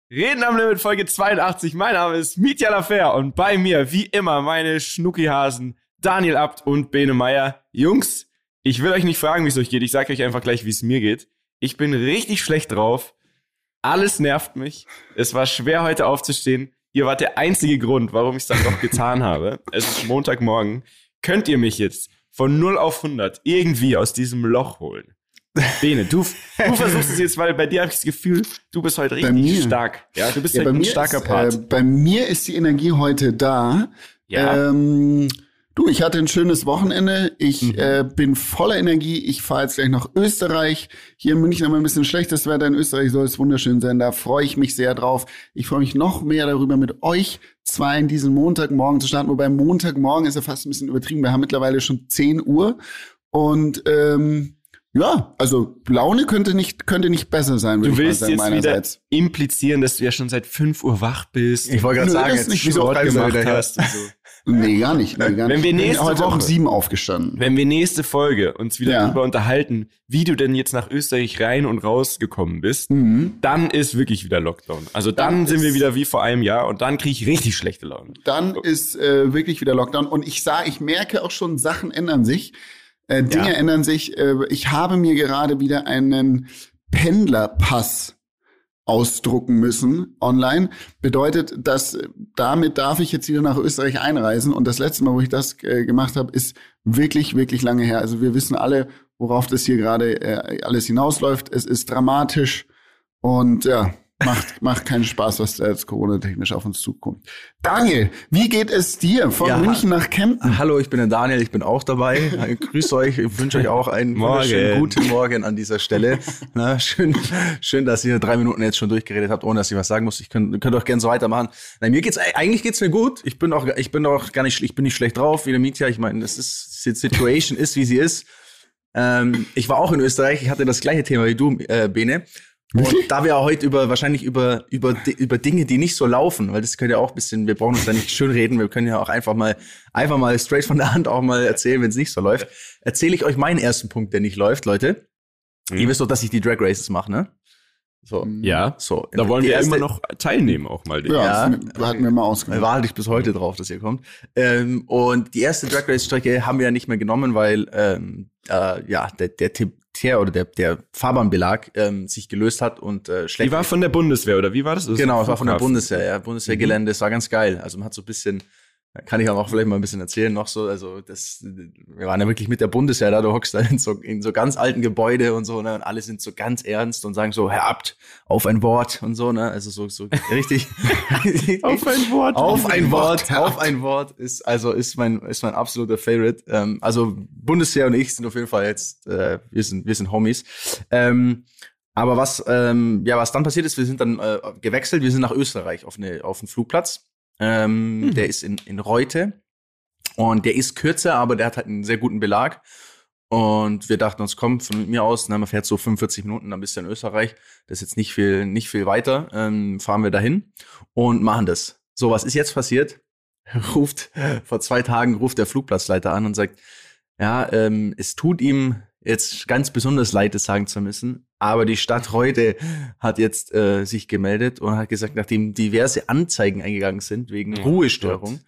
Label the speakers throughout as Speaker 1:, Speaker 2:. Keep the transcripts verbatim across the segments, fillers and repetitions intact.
Speaker 1: Reden am Limit Folge zweiundachtzig. Mein Name ist Mitja Lafer und bei mir, wie immer, meine Schnuckihasen Daniel Abt und Bene Meier. Jungs, ich will euch nicht fragen, wie es euch geht. Ich sage euch einfach gleich, wie es mir geht. Ich bin richtig schlecht drauf. Alles nervt mich. Es war schwer, heute aufzustehen. Ihr wart der einzige Grund, warum ich es dann doch getan habe. Es ist Montagmorgen. Könnt ihr mich jetzt von null auf hundert irgendwie aus diesem Loch holen? Bene, du, du versuchst es jetzt, weil bei dir habe ich das Gefühl, du bist heute richtig stark. Ja, du bist ja, heute ein starker
Speaker 2: ist,
Speaker 1: Part.
Speaker 2: Äh, bei mir ist die Energie heute da.
Speaker 1: Ja.
Speaker 2: Ähm, du, ich hatte ein schönes Wochenende. Ich mhm. äh, bin voller Energie. Ich fahre jetzt gleich nach Österreich. Hier in München haben wir ein bisschen schlechtes Wetter. In Österreich soll es wunderschön sein. Da freue ich mich sehr drauf. Ich freue mich noch mehr darüber, mit euch zwei in diesen Montagmorgen zu starten. Wobei Montagmorgen ist ja fast ein bisschen übertrieben. Wir haben mittlerweile schon zehn Uhr. Und ähm, ja, also Laune könnte nicht könnte nicht besser sein, würde
Speaker 1: du
Speaker 2: ich mal
Speaker 1: willst
Speaker 2: sagen,
Speaker 1: jetzt
Speaker 2: meinerseits.
Speaker 1: Wieder implizieren, dass du ja schon seit fünf Uhr wach bist.
Speaker 3: Ich wollte gerade sagen,
Speaker 2: das
Speaker 3: jetzt
Speaker 2: nicht
Speaker 3: nicht
Speaker 2: so
Speaker 3: Sport
Speaker 1: gemacht
Speaker 3: gemacht
Speaker 1: hast. Und so.
Speaker 2: Nee, gar nicht. Nee, gar
Speaker 1: Wenn
Speaker 2: nicht.
Speaker 1: wir
Speaker 2: Ich bin
Speaker 1: nächste
Speaker 2: heute
Speaker 1: Woche-
Speaker 2: um sieben aufgestanden.
Speaker 1: Wenn wir nächste Folge uns wieder
Speaker 2: Ja.
Speaker 1: darüber unterhalten, wie du denn jetzt nach Österreich rein und raus gekommen bist,
Speaker 2: Mhm.
Speaker 1: dann ist wirklich wieder Lockdown. Also dann,
Speaker 2: Dann
Speaker 1: sind wir
Speaker 2: ist-
Speaker 1: wieder wie vor einem Jahr und dann kriege ich richtig schlechte Laune.
Speaker 2: Dann ist äh, wirklich wieder Lockdown. Und ich sah, ich merke auch schon, Sachen ändern sich. Äh, Dinge
Speaker 1: Ja.
Speaker 2: ändern sich. Äh, ich habe mir gerade wieder einen Pendlerpass ausdrucken müssen online. Bedeutet, dass äh, damit darf ich jetzt wieder nach Österreich einreisen. Und das letzte Mal, wo ich das äh, gemacht habe, ist wirklich, wirklich lange her. Also wir wissen alle, worauf das hier gerade äh, alles hinausläuft. Es ist dramatisch und ja, macht, macht keinen Spaß, was da jetzt Corona-technisch auf uns zukommt. Daniel, wie geht es dir von
Speaker 3: Ja.
Speaker 2: München nach Kempten?
Speaker 3: Hallo, ich bin der Daniel, ich bin auch dabei. Grüß euch, ich wünsche euch auch einen
Speaker 1: Morgen.
Speaker 3: wunderschönen guten Morgen an dieser Stelle. Na, schön, schön, dass ihr drei Minuten jetzt schon durchgeredet habt, ohne dass ich was sagen muss. Ich könnt, könnt auch gerne so weitermachen. Nein, mir geht's eigentlich geht's mir gut. Ich bin auch, ich bin auch gar nicht, ich bin nicht schlecht drauf, wie der Mietja. Ich meine, das ist, die Situation ist, wie sie ist. Ähm, ich war auch in Österreich. Ich hatte das gleiche Thema wie du, äh, Bene. Und da wir heute über, wahrscheinlich über, über, über Dinge, die nicht so laufen, weil das können ja auch ein bisschen, wir brauchen uns da nicht schön reden, wir können ja auch einfach mal, einfach mal straight von der Hand auch mal erzählen, wenn es nicht so läuft. Erzähle ich euch meinen ersten Punkt, der nicht läuft, Leute.
Speaker 1: Mhm.
Speaker 3: Ihr wisst doch, dass ich die Drag Races mache, ne? So.
Speaker 1: Ja,
Speaker 3: So.
Speaker 1: da wollen
Speaker 3: Die
Speaker 1: wir
Speaker 3: erste-
Speaker 1: immer noch teilnehmen auch mal.
Speaker 2: Ja,
Speaker 3: Ja.
Speaker 2: das hatten wir mal
Speaker 3: Da
Speaker 2: ausgemacht.
Speaker 3: warte ich bis heute drauf, dass ihr kommt. Ähm, und die erste Drag Race Strecke haben wir ja nicht mehr genommen, weil ähm, äh, ja der der Tipp der oder der der Fahrbahnbelag ähm, sich gelöst hat und äh, schlecht.
Speaker 1: Die war von der Bundeswehr, oder wie war das? Das
Speaker 3: Genau,
Speaker 1: ist
Speaker 3: es war von der
Speaker 1: Flughafen.
Speaker 3: Bundeswehr, ja, Bundeswehrgelände, es war ganz geil. Also man hat so ein bisschen, kann ich auch vielleicht mal ein bisschen erzählen noch so, also das, wir waren ja wirklich mit der Bundeswehr da, du hockst da in so, in so ganz alten Gebäude und so, ne, und alle sind so ganz ernst und sagen so, Herr Abt, auf ein Wort und so, ne, also so, so richtig.
Speaker 1: Auf ein Wort.
Speaker 3: Auf ein Wort,
Speaker 2: Herr
Speaker 3: auf ein Wort ist, also ist mein, ist mein absoluter Favorite. Ähm, also Bundeswehr und ich sind auf jeden Fall jetzt, äh, wir sind, wir sind Homies. Ähm, aber was, ähm, ja, was dann passiert ist, wir sind dann äh, gewechselt, wir sind nach Österreich auf eine, auf einen Flugplatz. Ähm,
Speaker 1: Mhm.
Speaker 3: Der ist in, in Reute und der ist kürzer, aber der hat halt einen sehr guten Belag. Und wir dachten uns, komm, von mir aus, na, man fährt so fünfundvierzig Minuten, dann bist du in Österreich. Das ist jetzt nicht viel, nicht viel weiter. Ähm, fahren wir dahin und machen das. So, was ist jetzt passiert? Ruft, vor zwei Tagen ruft der Flugplatzleiter an und sagt, ja, ähm, es tut ihm jetzt ganz besonders leid, das sagen zu müssen, aber die Stadt Reute hat jetzt äh, sich gemeldet und hat gesagt, nachdem diverse Anzeigen eingegangen sind wegen
Speaker 1: Oh
Speaker 3: Ruhestörung,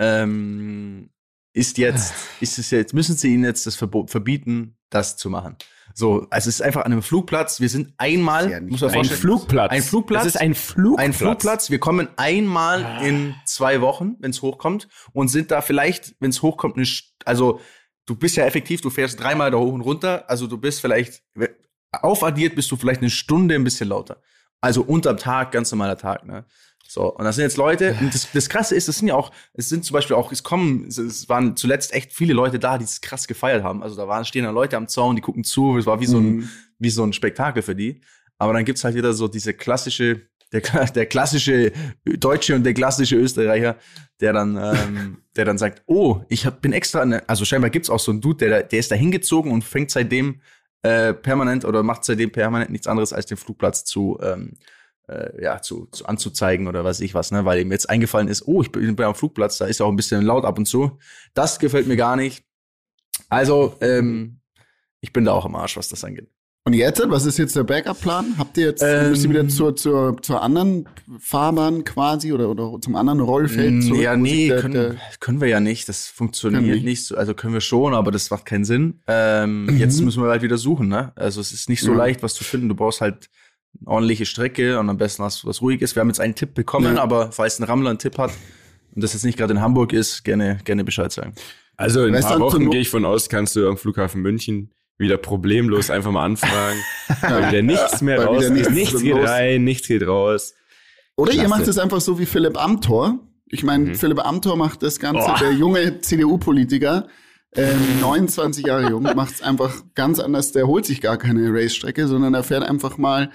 Speaker 3: ähm, ist jetzt, ist es jetzt, müssen sie ihnen jetzt das Verbot verbieten, das zu machen. So, also es ist einfach an einem Flugplatz. Wir sind einmal,
Speaker 2: Ist ja nicht
Speaker 3: muss man
Speaker 1: Ein
Speaker 3: vorstellen,
Speaker 1: Flugplatz.
Speaker 3: Ein Flugplatz.
Speaker 1: Das ist ein Flugplatz.
Speaker 3: Ein Flugplatz. Wir kommen einmal
Speaker 1: Ah.
Speaker 3: in zwei Wochen, wenn es hochkommt, und sind da vielleicht, wenn es hochkommt, eine, St- also du bist ja effektiv, du fährst dreimal da hoch und runter, also du bist vielleicht, aufaddiert bist du vielleicht eine Stunde ein bisschen lauter. Also unterm Tag, ganz normaler Tag, ne? So, und das sind jetzt Leute, und das, das Krasse ist, das sind ja auch, es sind zum Beispiel auch, es kommen, es, es waren zuletzt echt viele Leute da, die es krass gefeiert haben. Also da waren, stehen da Leute am Zaun, die gucken zu, es war wie so ein,
Speaker 2: Mhm.
Speaker 3: wie so ein Spektakel für die. Aber dann gibt's halt wieder so diese klassische, der, der klassische Deutsche und der klassische Österreicher, der dann, ähm, der dann sagt, oh, ich hab, bin extra, an der, also scheinbar gibt's auch so einen Dude, der, der ist da hingezogen und fängt seitdem äh, permanent oder macht seitdem permanent nichts anderes als den Flugplatz zu, ähm, äh, ja, zu, zu anzuzeigen oder weiß ich was, ne, weil ihm jetzt eingefallen ist, oh, ich bin, bin am Flugplatz, da ist ja auch ein bisschen laut ab und zu. Das gefällt mir gar nicht. Also, ähm, ich bin da auch am Arsch, was das angeht.
Speaker 2: Und jetzt, was ist jetzt der Backup-Plan? Habt ihr jetzt,
Speaker 3: Ähm,
Speaker 2: müsst ihr wieder zur, zur, zur anderen Fahrbahn quasi oder, oder zum anderen Rollfeld zurück?
Speaker 3: Ja,
Speaker 2: wo sich
Speaker 3: nee,
Speaker 2: der,
Speaker 3: können,
Speaker 2: der,
Speaker 3: können wir ja nicht. Das funktioniert
Speaker 2: Können wir
Speaker 3: nicht. So. Also können wir schon, aber das macht keinen Sinn. Ähm,
Speaker 2: Mhm.
Speaker 3: Jetzt müssen wir halt wieder suchen, ne? Also es ist nicht so
Speaker 2: Ja.
Speaker 3: leicht, was zu finden. Du brauchst halt eine ordentliche Strecke und am besten was, was ruhig ist. Wir haben jetzt einen Tipp bekommen,
Speaker 2: Ja.
Speaker 3: aber falls ein Rammler einen Tipp hat und das jetzt nicht gerade in Hamburg ist, gerne, gerne Bescheid sagen.
Speaker 1: Also in ein
Speaker 2: Weißt
Speaker 1: paar
Speaker 2: du,
Speaker 1: Wochen
Speaker 2: Antonio-
Speaker 1: gehe ich von aus, kannst du am Flughafen München wieder problemlos einfach mal anfragen, weil wieder nichts mehr
Speaker 2: Weil wieder
Speaker 1: rausgeht,
Speaker 2: nichts
Speaker 1: nichts geht
Speaker 2: los.
Speaker 1: rein, nichts geht raus.
Speaker 2: oder ihr
Speaker 1: Klasse.
Speaker 2: macht es einfach so wie Philipp Amthor. Ich meine,
Speaker 1: Mhm.
Speaker 2: Philipp Amthor macht das Ganze,
Speaker 1: Oh.
Speaker 2: der junge C D U-Politiker, ähm, neunundzwanzig Jahre jung, macht es einfach ganz anders. Der holt sich gar keine Race-Strecke, sondern er fährt einfach mal,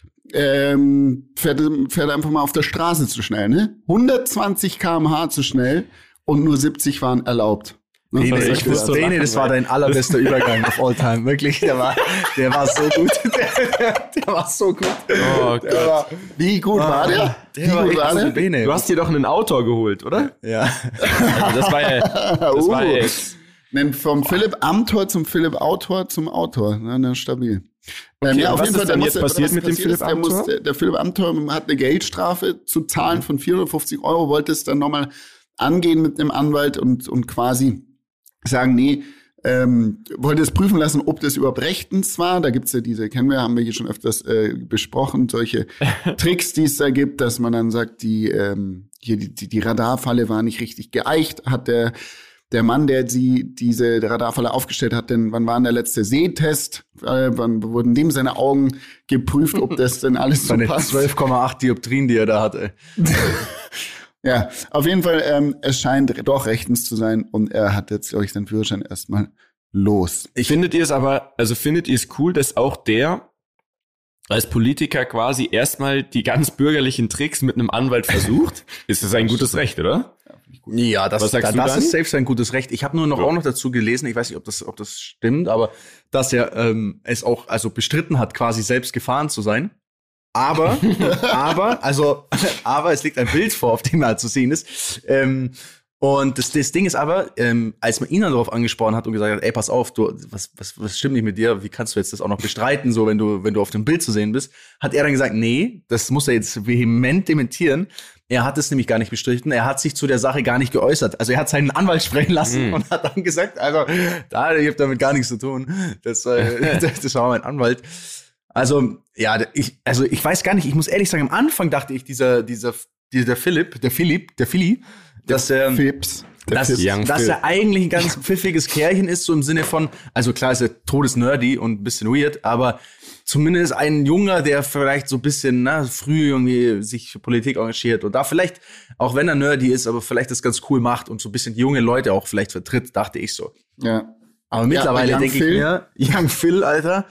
Speaker 2: ähm, fährt, fährt einfach mal auf der Straße zu schnell, ne? hundertzwanzig Kilometer pro Stunde zu schnell und nur siebzig waren erlaubt. Ne?
Speaker 3: Bene,
Speaker 2: Was
Speaker 3: ich
Speaker 2: sagt ihr
Speaker 3: wusste,
Speaker 2: dazu?
Speaker 3: Bene, das war dein allerbester Übergang auf all time. Wirklich, der war, der war so gut. Der, der war so gut.
Speaker 1: Oh
Speaker 2: Der war, wie gut war der?
Speaker 3: Der
Speaker 2: wie
Speaker 3: war
Speaker 2: gut
Speaker 3: echt
Speaker 2: war
Speaker 3: so
Speaker 2: der?
Speaker 3: Bene.
Speaker 1: Du hast dir doch einen Autor geholt, oder?
Speaker 3: Ja.
Speaker 1: Also das war ja, das war ja
Speaker 2: Uh.
Speaker 1: jetzt.
Speaker 2: Denn vom Philipp Amthor zum Philipp Autor zum Autor. Na, na, stabil. Ähm,
Speaker 1: Okay, was ist
Speaker 2: der
Speaker 1: dann
Speaker 2: muss-
Speaker 1: jetzt passiert
Speaker 2: was
Speaker 1: mit dem
Speaker 2: passiert ist,
Speaker 1: Philipp
Speaker 2: der muss-
Speaker 1: Amthor?
Speaker 2: Der, der Philipp Amthor hat eine Geldstrafe zu zahlen von vierhundertfünfzig Euro, wollte es dann nochmal angehen mit einem Anwalt und, und quasi sagen, nee, ähm, wollte es prüfen lassen, ob das überhaupt rechtens war. Da gibt's ja diese, kennen wir, haben wir hier schon öfters äh, besprochen, solche Tricks, die es da gibt, dass man dann sagt, die, ähm, hier die, die, die Radarfalle war nicht richtig geeicht, hat der der Mann, der sie diese Radarfalle aufgestellt hat, denn wann war denn der letzte Sehtest? Äh, wann wurden dem seine Augen geprüft, ob das denn alles so
Speaker 3: Seine
Speaker 2: passt?
Speaker 3: zwölf Komma acht Dioptrien, die er da hatte.
Speaker 2: Ja, auf jeden Fall, ähm, es scheint doch rechtens zu sein und er hat jetzt, glaube ich, seinen Führerschein erstmal los.
Speaker 1: Findet ihr es aber, also findet ihr es cool, dass auch der als Politiker quasi erstmal die ganz bürgerlichen Tricks mit einem Anwalt versucht? Ist das ein gutes Recht, oder?
Speaker 3: Ja, das,
Speaker 1: Was sagst
Speaker 3: da,
Speaker 1: du,
Speaker 3: das
Speaker 1: Dani?
Speaker 3: ist selbst ein gutes Recht. Ich habe nur noch
Speaker 1: Ja.
Speaker 3: auch noch dazu gelesen, ich weiß nicht, ob das, ob das stimmt, aber dass er ähm, es auch also bestritten hat, quasi selbst gefahren zu sein. Aber, aber, also, aber es liegt ein Bild vor, auf dem er zu sehen ist. Ähm, und das, das Ding ist aber, ähm, als man ihn dann darauf angesprochen hat und gesagt hat, ey, pass auf, du, was, was, was stimmt nicht mit dir? Wie kannst du jetzt das auch noch bestreiten, so wenn du, wenn du auf dem Bild zu sehen bist? Hat er dann gesagt, nee, das muss er jetzt vehement dementieren. Er hat es nämlich gar nicht bestritten. Er hat sich zu der Sache gar nicht geäußert. Also er hat seinen Anwalt sprechen lassen
Speaker 1: Mm.
Speaker 3: und hat dann gesagt, also, da, ich habe damit gar nichts zu tun. Das, äh, das, das war mein Anwalt. Also, ja, ich, also ich weiß gar nicht, ich muss ehrlich sagen, am Anfang dachte ich, dieser, dieser, dieser Philipp, der Philipp, der Philly, dass er,
Speaker 2: Phipps. Der
Speaker 3: dass,
Speaker 2: Phipps.
Speaker 1: Young
Speaker 3: dass
Speaker 1: Phil.
Speaker 3: er eigentlich ein ganz pfiffiges Kerlchen ist, so im Sinne von, also klar ist er todesnerdy und ein bisschen weird, aber zumindest ein Junger, der vielleicht so ein bisschen na, früh irgendwie sich für Politik engagiert und da vielleicht, auch wenn er nerdy ist, aber vielleicht das ganz cool macht und so ein bisschen junge Leute auch vielleicht vertritt, dachte ich so.
Speaker 2: Ja.
Speaker 3: Aber mittlerweile
Speaker 2: Young
Speaker 3: denke ich
Speaker 2: Phil.
Speaker 3: mir, Young Phil, Alter,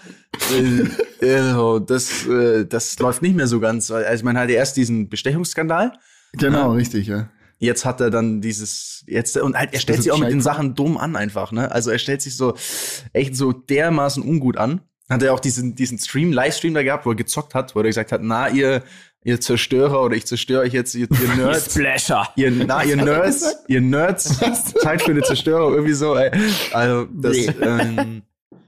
Speaker 3: äh, also, das, äh, das läuft nicht mehr so ganz. Also ich meine, halt erst diesen Bestechungsskandal,
Speaker 2: Genau, richtig, ja.
Speaker 3: jetzt hat er dann dieses, jetzt, und halt, er stellt
Speaker 2: Das
Speaker 3: sich auch mit den
Speaker 2: Scheitern.
Speaker 3: Sachen dumm an einfach, ne? Also er stellt sich so, echt so dermaßen ungut an. Hat er auch diesen, diesen Stream, Livestream da gehabt, wo er gezockt hat, wo er gesagt hat, na, ihr, ihr Zerstörer oder ich zerstöre euch jetzt, ihr, ihr Nerds.
Speaker 1: Splasher.
Speaker 3: Ihr, na, ihr
Speaker 2: hat er
Speaker 3: Nerds,
Speaker 2: gesagt?
Speaker 3: ihr Nerds, Zeit für eine Zerstörung, irgendwie so, ey. Also, das,
Speaker 2: Nee.
Speaker 3: ähm,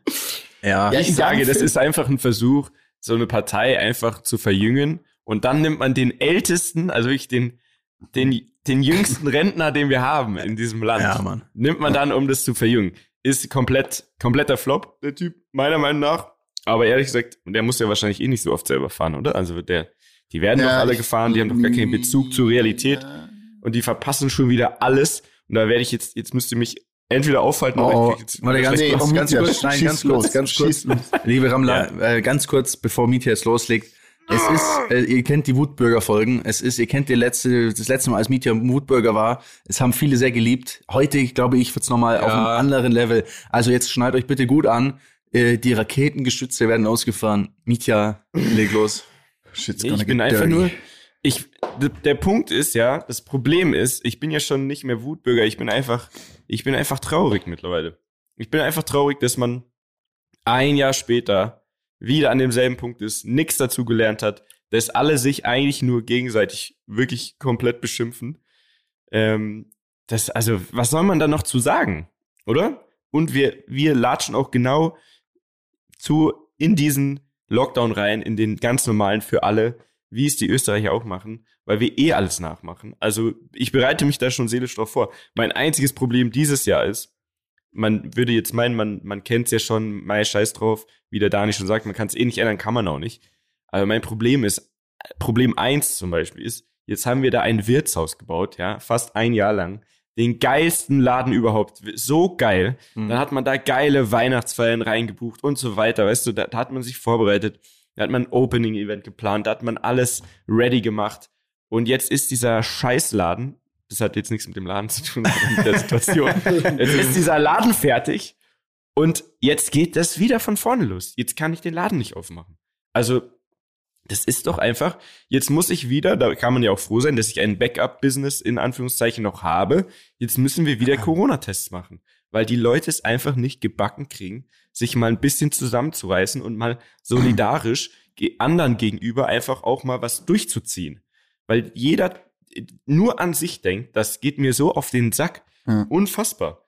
Speaker 3: ja.
Speaker 2: Ja,
Speaker 1: Ich sage,
Speaker 2: Young
Speaker 1: das
Speaker 2: Phil.
Speaker 1: ist einfach ein Versuch, so eine Partei einfach zu verjüngen. Und dann nimmt man den ältesten, also wirklich den, den, den jüngsten Rentner, den wir haben in diesem Land.
Speaker 3: Ja, Mann.
Speaker 1: Nimmt man dann, um das zu verjüngen. Ist komplett, kompletter Flop, der Typ, meiner Meinung nach. Aber ehrlich gesagt, der muss ja wahrscheinlich eh nicht so oft selber fahren, oder? Also wird der, die werden
Speaker 2: Ja,
Speaker 1: doch alle
Speaker 2: ich-
Speaker 1: gefahren, die haben doch gar keinen Bezug zur Realität.
Speaker 2: Ja.
Speaker 1: Und die verpassen schon wieder alles. Und da werde ich jetzt, jetzt müsst ihr mich entweder aufhalten
Speaker 3: Oh,
Speaker 1: oder
Speaker 3: oh.
Speaker 1: ich krieg jetzt
Speaker 3: Warte, ganz
Speaker 2: Nee,
Speaker 3: kurz,
Speaker 2: komm,
Speaker 3: ganz
Speaker 2: Mietja,
Speaker 3: kurz, nein,
Speaker 2: schieß
Speaker 3: ganz
Speaker 2: los,
Speaker 3: kurz, ganz kurz.
Speaker 2: schieß los.
Speaker 3: Liebe Rammler, äh, ganz kurz, bevor Mietja jetzt loslegt. Es ist, äh, ihr kennt die Wutbürger-Folgen. Es ist, ihr kennt die letzte, das letzte Mal, als Mietja Wutbürger war. Es haben viele sehr geliebt. Heute, ich glaube ich, wird's nochmal
Speaker 1: Ja.
Speaker 3: auf einem anderen Level. Also jetzt schneidet euch bitte gut an. Äh, die Raketengestütze werden ausgefahren. Mietja, leg los.
Speaker 2: Shit's
Speaker 1: Nee,
Speaker 2: gonna
Speaker 1: ich bin
Speaker 2: get
Speaker 1: einfach
Speaker 2: dirty.
Speaker 1: nur, ich, d- der Punkt ist ja, das Problem ist, ich bin ja schon nicht mehr Wutbürger, ich bin einfach, ich bin einfach traurig mittlerweile. Ich bin einfach traurig, dass man ein Jahr später wieder an demselben Punkt ist, nichts dazu gelernt hat, dass alle sich eigentlich nur gegenseitig wirklich komplett beschimpfen. Ähm, das, also, was soll man da noch zu sagen, oder? Und wir, wir latschen auch genau zu in diesen Lockdown rein, in den ganz normalen für alle, wie es die Österreicher auch machen, weil wir eh alles nachmachen. Also ich bereite mich da schon seelisch drauf vor. Mein einziges Problem dieses Jahr ist, man würde jetzt meinen, man, man kennt es ja schon, mei, scheiß drauf, wie der Dani schon sagt, man kann es eh nicht ändern, kann man auch nicht. Aber mein Problem ist, Problem eins zum Beispiel ist, jetzt haben wir da ein Wirtshaus gebaut, ja, fast ein Jahr lang, den geilsten Laden überhaupt, so geil. Mhm. Dann hat man da geile Weihnachtsfeiern reingebucht und so weiter, weißt du, da, da hat man sich vorbereitet, da hat man ein Opening-Event geplant, da hat man alles ready gemacht. Und jetzt ist dieser Scheißladen, das hat jetzt nichts mit dem Laden zu tun, sondern mit der Situation. Jetzt ist dieser Laden fertig und jetzt geht das wieder von vorne los. Jetzt kann ich den Laden nicht aufmachen. Also, das ist doch einfach, jetzt muss ich wieder, da kann man ja auch froh sein, dass ich ein Backup-Business in Anführungszeichen noch habe. Jetzt müssen wir wieder Corona-Tests machen, weil die Leute es einfach nicht gebacken kriegen, sich mal ein bisschen zusammenzureißen und mal solidarisch anderen gegenüber einfach auch mal was durchzuziehen. Weil jeder nur an sich denkt, das geht mir so auf den Sack. Ja. Unfassbar.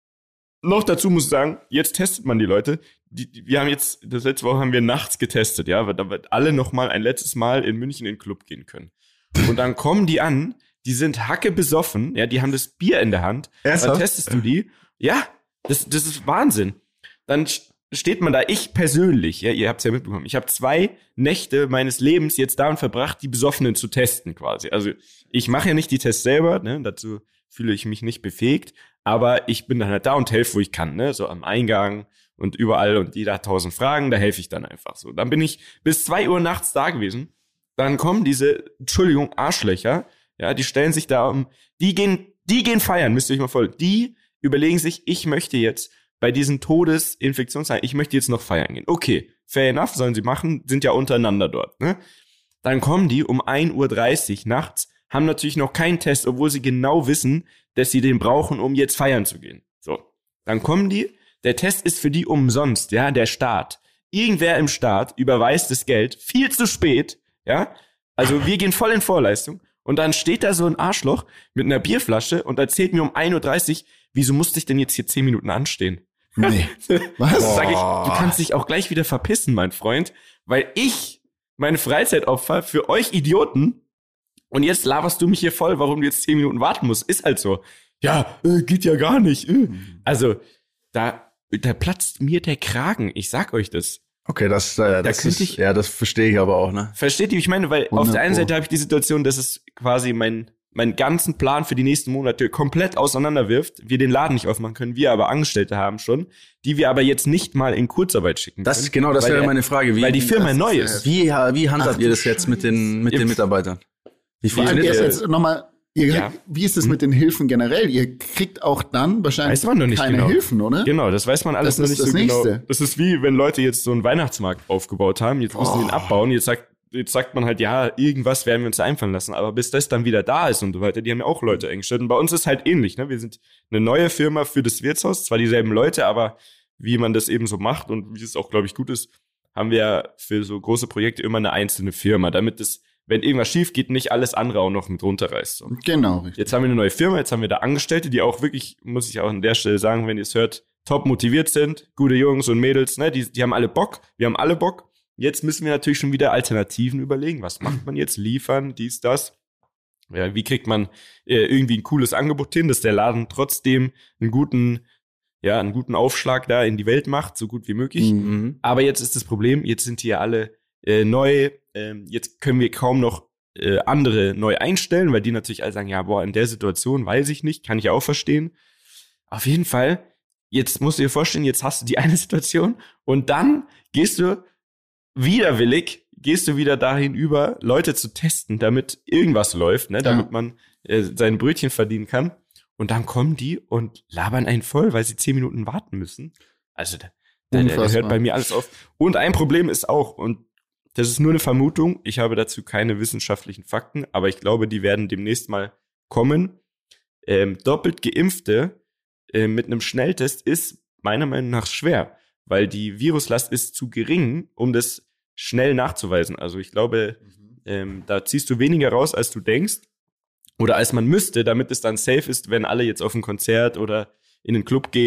Speaker 1: Noch dazu muss ich sagen, jetzt testet man die Leute. Die, die, wir haben jetzt, das letzte Woche haben wir nachts getestet, ja, damit alle noch mal ein letztes Mal in München in den Club gehen können. Und dann kommen die an, die sind hacke besoffen, ja, die haben das Bier in der Hand. Ernsthaft? Dann testest du die. Ja, das, das ist Wahnsinn. Dann steht man da, ich persönlich, ja, ihr habt es ja mitbekommen, ich habe zwei Nächte meines Lebens jetzt daran verbracht, die Besoffenen zu testen quasi. Also ich mache ja nicht die Tests selber, ne, dazu fühle ich mich nicht befähigt, aber ich bin dann halt da und helfe, wo ich kann, ne, so am Eingang und überall und jeder hat tausend Fragen, da helfe ich dann einfach so. Dann bin ich bis zwei Uhr nachts da gewesen, dann kommen diese, Entschuldigung, Arschlöcher, ja, die stellen sich da um, die gehen, die gehen feiern, müsst ihr euch mal folgen, die überlegen sich, ich möchte jetzt bei diesen Todesinfektionszahlen, ich möchte jetzt noch feiern gehen. Okay, fair enough, sollen sie machen, sind ja untereinander dort, ne? Dann kommen die um ein Uhr dreißig nachts, haben natürlich noch keinen Test, obwohl sie genau wissen, dass sie den brauchen, um jetzt feiern zu gehen. So, dann kommen die, der Test ist für die umsonst, ja, der Staat. Irgendwer im Staat überweist das Geld, viel zu spät, ja, also wir gehen voll in Vorleistung und dann steht da so ein Arschloch mit einer Bierflasche und erzählt mir um ein Uhr dreißig, wieso musste ich denn jetzt hier zehn Minuten anstehen?
Speaker 2: Nee.
Speaker 1: Was? Sag ich, du kannst dich auch gleich wieder verpissen, mein Freund, weil ich meine Freizeit opfer für euch Idioten und jetzt laberst du mich hier voll, warum du jetzt zehn Minuten warten musst. Ist halt so. Ja, äh, geht ja gar nicht. Äh. Also, da, da platzt mir der Kragen. Ich sag euch das.
Speaker 3: Okay, das, äh, das
Speaker 1: da
Speaker 3: ist,
Speaker 1: ich,
Speaker 3: ja, das verstehe ich aber auch, ne?
Speaker 1: Versteht ihr, wie ich meine? Weil Wunderbar. Auf der einen Seite habe ich die Situation, dass es quasi mein meinen ganzen Plan für die nächsten Monate komplett auseinanderwirft, wir den Laden nicht aufmachen können, wir aber Angestellte haben schon, die wir aber jetzt nicht mal in Kurzarbeit schicken können.
Speaker 3: Das genau, das wäre meine Frage.
Speaker 1: Wie, weil die Firma neu ist.
Speaker 3: Wie, wie handhabt Ach, ihr das jetzt mit den, mit den Mitarbeitern?
Speaker 2: Wie funktioniert das jetzt nochmal? Ihr, ja. Wie ist es mit den Hilfen generell? Ihr kriegt auch dann wahrscheinlich
Speaker 1: weiß man noch nicht
Speaker 2: keine
Speaker 1: genau.
Speaker 2: Hilfen, oder?
Speaker 1: Genau, das weiß man alles
Speaker 2: das
Speaker 1: noch nicht
Speaker 2: das
Speaker 1: so
Speaker 2: Nächste.
Speaker 1: genau. Das ist wie, wenn Leute jetzt so einen Weihnachtsmarkt aufgebaut haben, jetzt müssen oh. die ihn abbauen, jetzt sagt Jetzt sagt man halt, ja, irgendwas werden wir uns einfallen lassen. Aber bis das dann wieder da ist und so weiter, die haben ja auch Leute eingestellt. Und bei uns ist halt ähnlich, ne? Wir sind eine neue Firma für das Wirtshaus, zwar dieselben Leute, aber wie man das eben so macht und wie es auch, glaube ich, gut ist, haben wir für so große Projekte immer eine einzelne Firma, damit es, wenn irgendwas schief geht, nicht alles andere auch noch mit runterreißt. So.
Speaker 2: Genau, richtig.
Speaker 1: Jetzt haben wir eine neue Firma, jetzt haben wir da Angestellte, die auch wirklich, muss ich auch an der Stelle sagen, wenn ihr es hört, top motiviert sind, gute Jungs und Mädels, ne? Die, die haben alle Bock, wir haben alle Bock. Jetzt müssen wir natürlich schon wieder Alternativen überlegen. Was macht man jetzt? Liefern, dies, das. Ja, wie kriegt man äh, irgendwie ein cooles Angebot hin, dass der Laden trotzdem einen guten, ja, einen guten Aufschlag da in die Welt macht, so gut wie möglich. Mhm. Aber jetzt ist das Problem, jetzt sind die ja alle äh, neu. Äh, jetzt können wir kaum noch äh, andere neu einstellen, weil die natürlich alle sagen, ja, boah, in der Situation weiß ich nicht, kann ich auch verstehen. Auf jeden Fall, jetzt musst du dir vorstellen, jetzt hast du die eine Situation und dann gehst du widerwillig gehst du wieder dahin über, Leute zu testen, damit irgendwas läuft, ne, damit ja. man äh, sein Brötchen verdienen kann. Und dann kommen die und labern einen voll, weil sie zehn Minuten warten müssen. Also da, da, da hört bei mir alles auf. Und ein Problem ist auch, und das ist nur eine Vermutung, ich habe dazu keine wissenschaftlichen Fakten, aber ich glaube, die werden demnächst mal kommen. Ähm, doppelt Geimpfte äh, mit einem Schnelltest ist meiner Meinung nach schwer, weil die Viruslast ist zu gering, um das schnell nachzuweisen. Also ich glaube, mhm. ähm, da ziehst du weniger raus, als du denkst oder als man müsste, damit es dann safe ist, wenn alle jetzt auf ein Konzert oder in den Club gehen,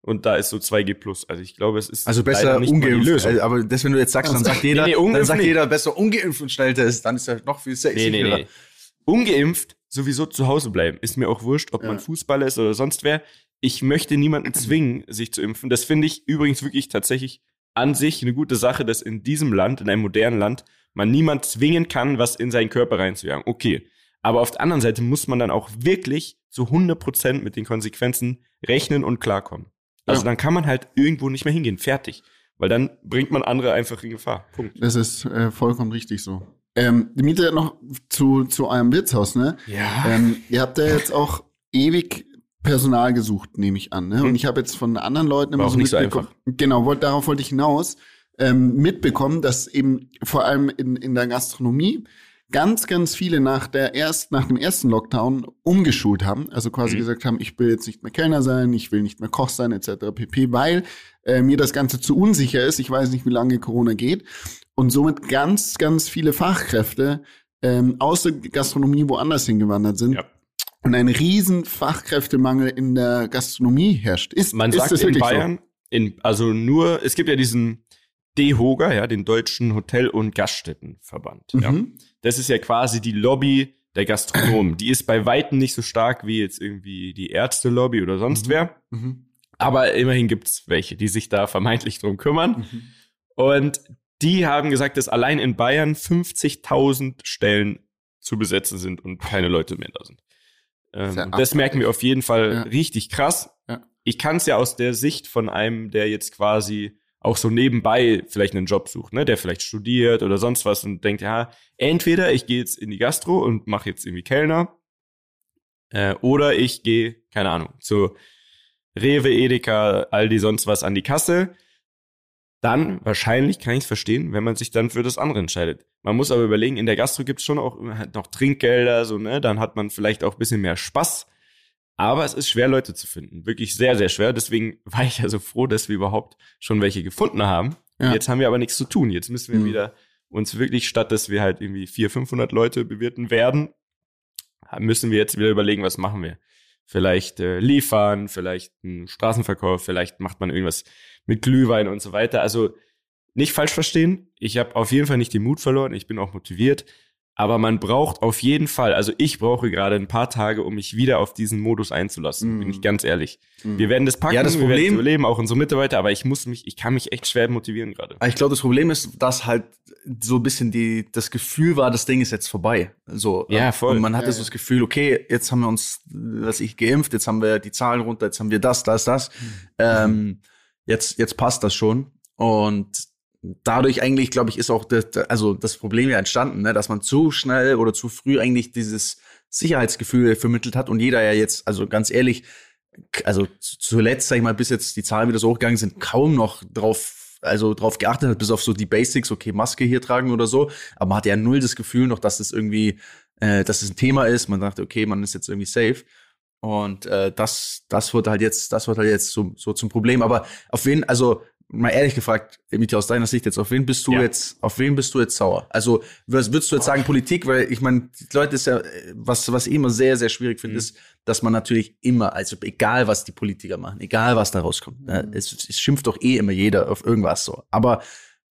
Speaker 1: und da ist so zwei G plus. Also ich glaube, es ist
Speaker 3: also besser
Speaker 1: nicht
Speaker 3: ungeimpft.
Speaker 1: die Lösung.
Speaker 3: Aber das, wenn du jetzt sagst, dann sagt jeder,
Speaker 1: nee, nee,
Speaker 3: dann sagt
Speaker 1: nicht.
Speaker 3: jeder besser ungeimpft und Schnelltest, dann ist er noch viel sexy.
Speaker 1: Nee, nee, nee. Ungeimpft sowieso zu Hause bleiben. Ist mir auch wurscht, ob ja. man Fußballer ist oder sonst wer. Ich möchte niemanden zwingen, sich zu impfen. Das finde ich übrigens wirklich tatsächlich an sich eine gute Sache, dass in diesem Land, in einem modernen Land, man niemand zwingen kann, was in seinen Körper reinzujagen. Okay. Aber auf der anderen Seite muss man dann auch wirklich zu hundert Prozent mit den Konsequenzen rechnen und klarkommen. Also ja. dann kann man halt irgendwo nicht mehr hingehen. Fertig. Weil dann bringt man andere einfach in Gefahr. Punkt.
Speaker 2: Das ist äh, vollkommen richtig so. Ähm, die Miete noch zu, zu eurem Wirtshaus, ne?
Speaker 1: Ja.
Speaker 2: Ähm, ihr habt ja jetzt auch ewig Personal gesucht, nehme ich an, ne? Hm. Und ich habe jetzt von anderen Leuten immer
Speaker 1: War auch
Speaker 2: so
Speaker 1: nicht so einfach.
Speaker 2: Genau, wollt, darauf wollte ich hinaus, ähm, mitbekommen, dass eben vor allem in, in der Gastronomie ganz, ganz viele nach der erst, nach dem ersten Lockdown umgeschult haben. Also quasi mhm. gesagt haben, ich will jetzt nicht mehr Kellner sein, ich will nicht mehr Koch sein, et cetera pp., weil äh, mir das Ganze zu unsicher ist. Ich weiß nicht, wie lange Corona geht. Und somit ganz, ganz viele Fachkräfte ähm, aus der Gastronomie woanders hingewandert sind. Ja. Und ein riesen Fachkräftemangel in der Gastronomie herrscht. Ist,
Speaker 1: Man
Speaker 2: ist
Speaker 1: sagt
Speaker 2: das
Speaker 1: in
Speaker 2: wirklich
Speaker 1: Bayern,
Speaker 2: so?
Speaker 1: in, also nur, es gibt ja diesen DEHOGA, ja, den Deutschen Hotel- und Gaststättenverband. Mhm. Ja. Das ist ja quasi die Lobby der Gastronomen. Die ist bei Weitem nicht so stark wie jetzt irgendwie die Ärzte-Lobby oder sonst
Speaker 2: mhm.
Speaker 1: wer.
Speaker 2: Mhm.
Speaker 1: Aber immerhin gibt's welche, die sich da vermeintlich drum kümmern. Mhm. Und die haben gesagt, dass allein in Bayern fünfzigtausend Stellen zu besetzen sind und keine Leute mehr da sind. Ähm, ja das merken wir auf jeden Fall ja. richtig krass.
Speaker 2: Ja.
Speaker 1: Ich kann es ja aus der Sicht von einem, der jetzt quasi auch so nebenbei vielleicht einen Job sucht, ne, der vielleicht studiert oder sonst was und denkt, ja, entweder ich gehe jetzt in die Gastro und mache jetzt irgendwie Kellner äh, oder ich gehe, keine Ahnung, zu Rewe, Edeka, Aldi, sonst was an die Kasse. Dann wahrscheinlich kann ich es verstehen, wenn man sich dann für das andere entscheidet. Man muss aber überlegen, in der Gastro gibt es schon auch halt noch Trinkgelder, so, ne, dann hat man vielleicht auch ein bisschen mehr Spaß. Aber es ist schwer, Leute zu finden. Wirklich sehr, sehr schwer. Deswegen war ich ja so froh, dass wir überhaupt schon welche gefunden haben. Ja. Jetzt haben wir aber nichts zu tun. Jetzt müssen wir mhm. wieder uns wirklich, statt dass wir halt irgendwie vierhundert, fünfhundert Leute bewirten werden, müssen wir jetzt wieder überlegen, was machen wir. Vielleicht äh, liefern, vielleicht einen Straßenverkauf, vielleicht macht man irgendwas mit Glühwein und so weiter. Also nicht falsch verstehen. Ich habe auf jeden Fall nicht den Mut verloren. Ich bin auch motiviert. Aber man braucht auf jeden Fall, also ich brauche gerade ein paar Tage, um mich wieder auf diesen Modus einzulassen, mm. bin ich ganz ehrlich. Mm. Wir werden das packen,
Speaker 3: ja, das
Speaker 1: wir
Speaker 3: Problem,
Speaker 1: werden es überleben, auch unsere Mitarbeiter, aber ich muss mich, ich kann mich echt schwer motivieren gerade.
Speaker 3: Ich glaube, das Problem ist, dass halt so ein bisschen die, das Gefühl war, das Ding ist jetzt vorbei. So,
Speaker 1: ja, voll.
Speaker 3: Und man hatte
Speaker 1: ja,
Speaker 3: so das Gefühl, okay, jetzt haben wir uns, was ich geimpft, jetzt haben wir die Zahlen runter, jetzt haben wir das, das, das. Mm. Ähm, jetzt, jetzt passt das schon. Und dadurch eigentlich, glaube ich, ist auch das, also das Problem ja entstanden, ne, dass man zu schnell oder zu früh eigentlich dieses Sicherheitsgefühl vermittelt hat und jeder ja jetzt, also ganz ehrlich, also zuletzt, sag ich mal, bis jetzt die Zahlen wieder so hochgegangen sind, kaum noch drauf, also drauf geachtet hat, bis auf so die Basics, okay, Maske hier tragen oder so, aber man hatte ja null das Gefühl noch, dass das irgendwie, äh, dass es das ein Thema ist, man dachte, okay, man ist jetzt irgendwie safe. Und äh, das, das wird halt jetzt, das wird halt jetzt so, so zum Problem. Aber auf wen, also mal ehrlich gefragt, Mietje, aus deiner Sicht jetzt, auf wen bist du ja. jetzt, auf wen bist du jetzt sauer? Also, was würdest du jetzt sagen, Politik? Weil ich meine, die Leute ist ja, was, was ich immer sehr, sehr schwierig finde, mhm. ist, dass man natürlich immer, also egal was die Politiker machen, egal was da rauskommt, mhm. ne, es, es schimpft doch eh immer jeder auf irgendwas so. Aber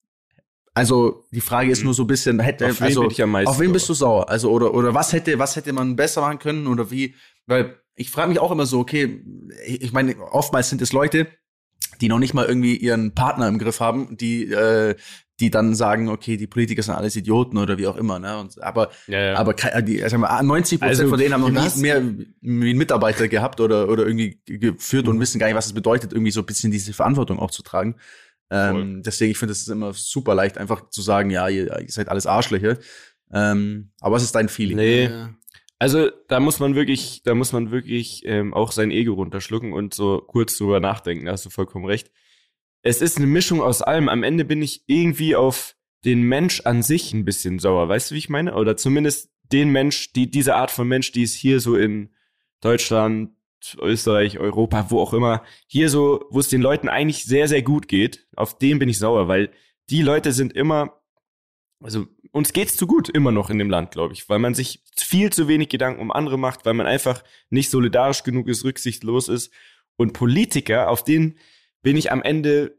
Speaker 3: also die Frage ist mhm. nur so ein bisschen, hätte,
Speaker 1: auf
Speaker 3: also
Speaker 1: wen bin ich am meisten
Speaker 3: auf wen bist du sauer? Also oder oder was hätte, was hätte man besser machen können oder wie? Weil ich frage mich auch immer so, okay, ich meine, oftmals sind es Leute, die noch nicht mal irgendwie ihren Partner im Griff haben, die äh, die dann sagen, okay, die Politiker sind alles Idioten oder wie auch immer, ne? Und, aber
Speaker 1: ja, ja.
Speaker 3: aber die, also neunzig Prozent also, von denen haben noch nie mehr wie einen Mitarbeiter gehabt oder oder irgendwie geführt mhm. und wissen gar nicht, was es bedeutet, irgendwie so ein bisschen diese Verantwortung auch zu tragen. Ähm, deswegen, ich finde, es ist immer super leicht, einfach zu sagen, ja, ihr, ihr seid alles Arschlöcher. Ähm, aber es ist dein Feeling.
Speaker 1: Nee. Ja. Also da muss man wirklich, da muss man wirklich ähm, auch sein Ego runterschlucken und so kurz drüber nachdenken, da hast du vollkommen recht. Es ist eine Mischung aus allem. Am Ende bin ich irgendwie auf den Mensch an sich ein bisschen sauer, weißt du, wie ich meine? Oder zumindest den Mensch, die diese Art von Mensch, die es hier so in Deutschland, Österreich, Europa, wo auch immer, hier so, wo es den Leuten eigentlich sehr, sehr gut geht, auf den bin ich sauer, weil die Leute sind immer, also uns geht's zu gut immer noch in dem Land, glaube ich, weil man sich viel zu wenig Gedanken um andere macht, weil man einfach nicht solidarisch genug ist, rücksichtslos ist Und Politiker, auf denen bin ich am Ende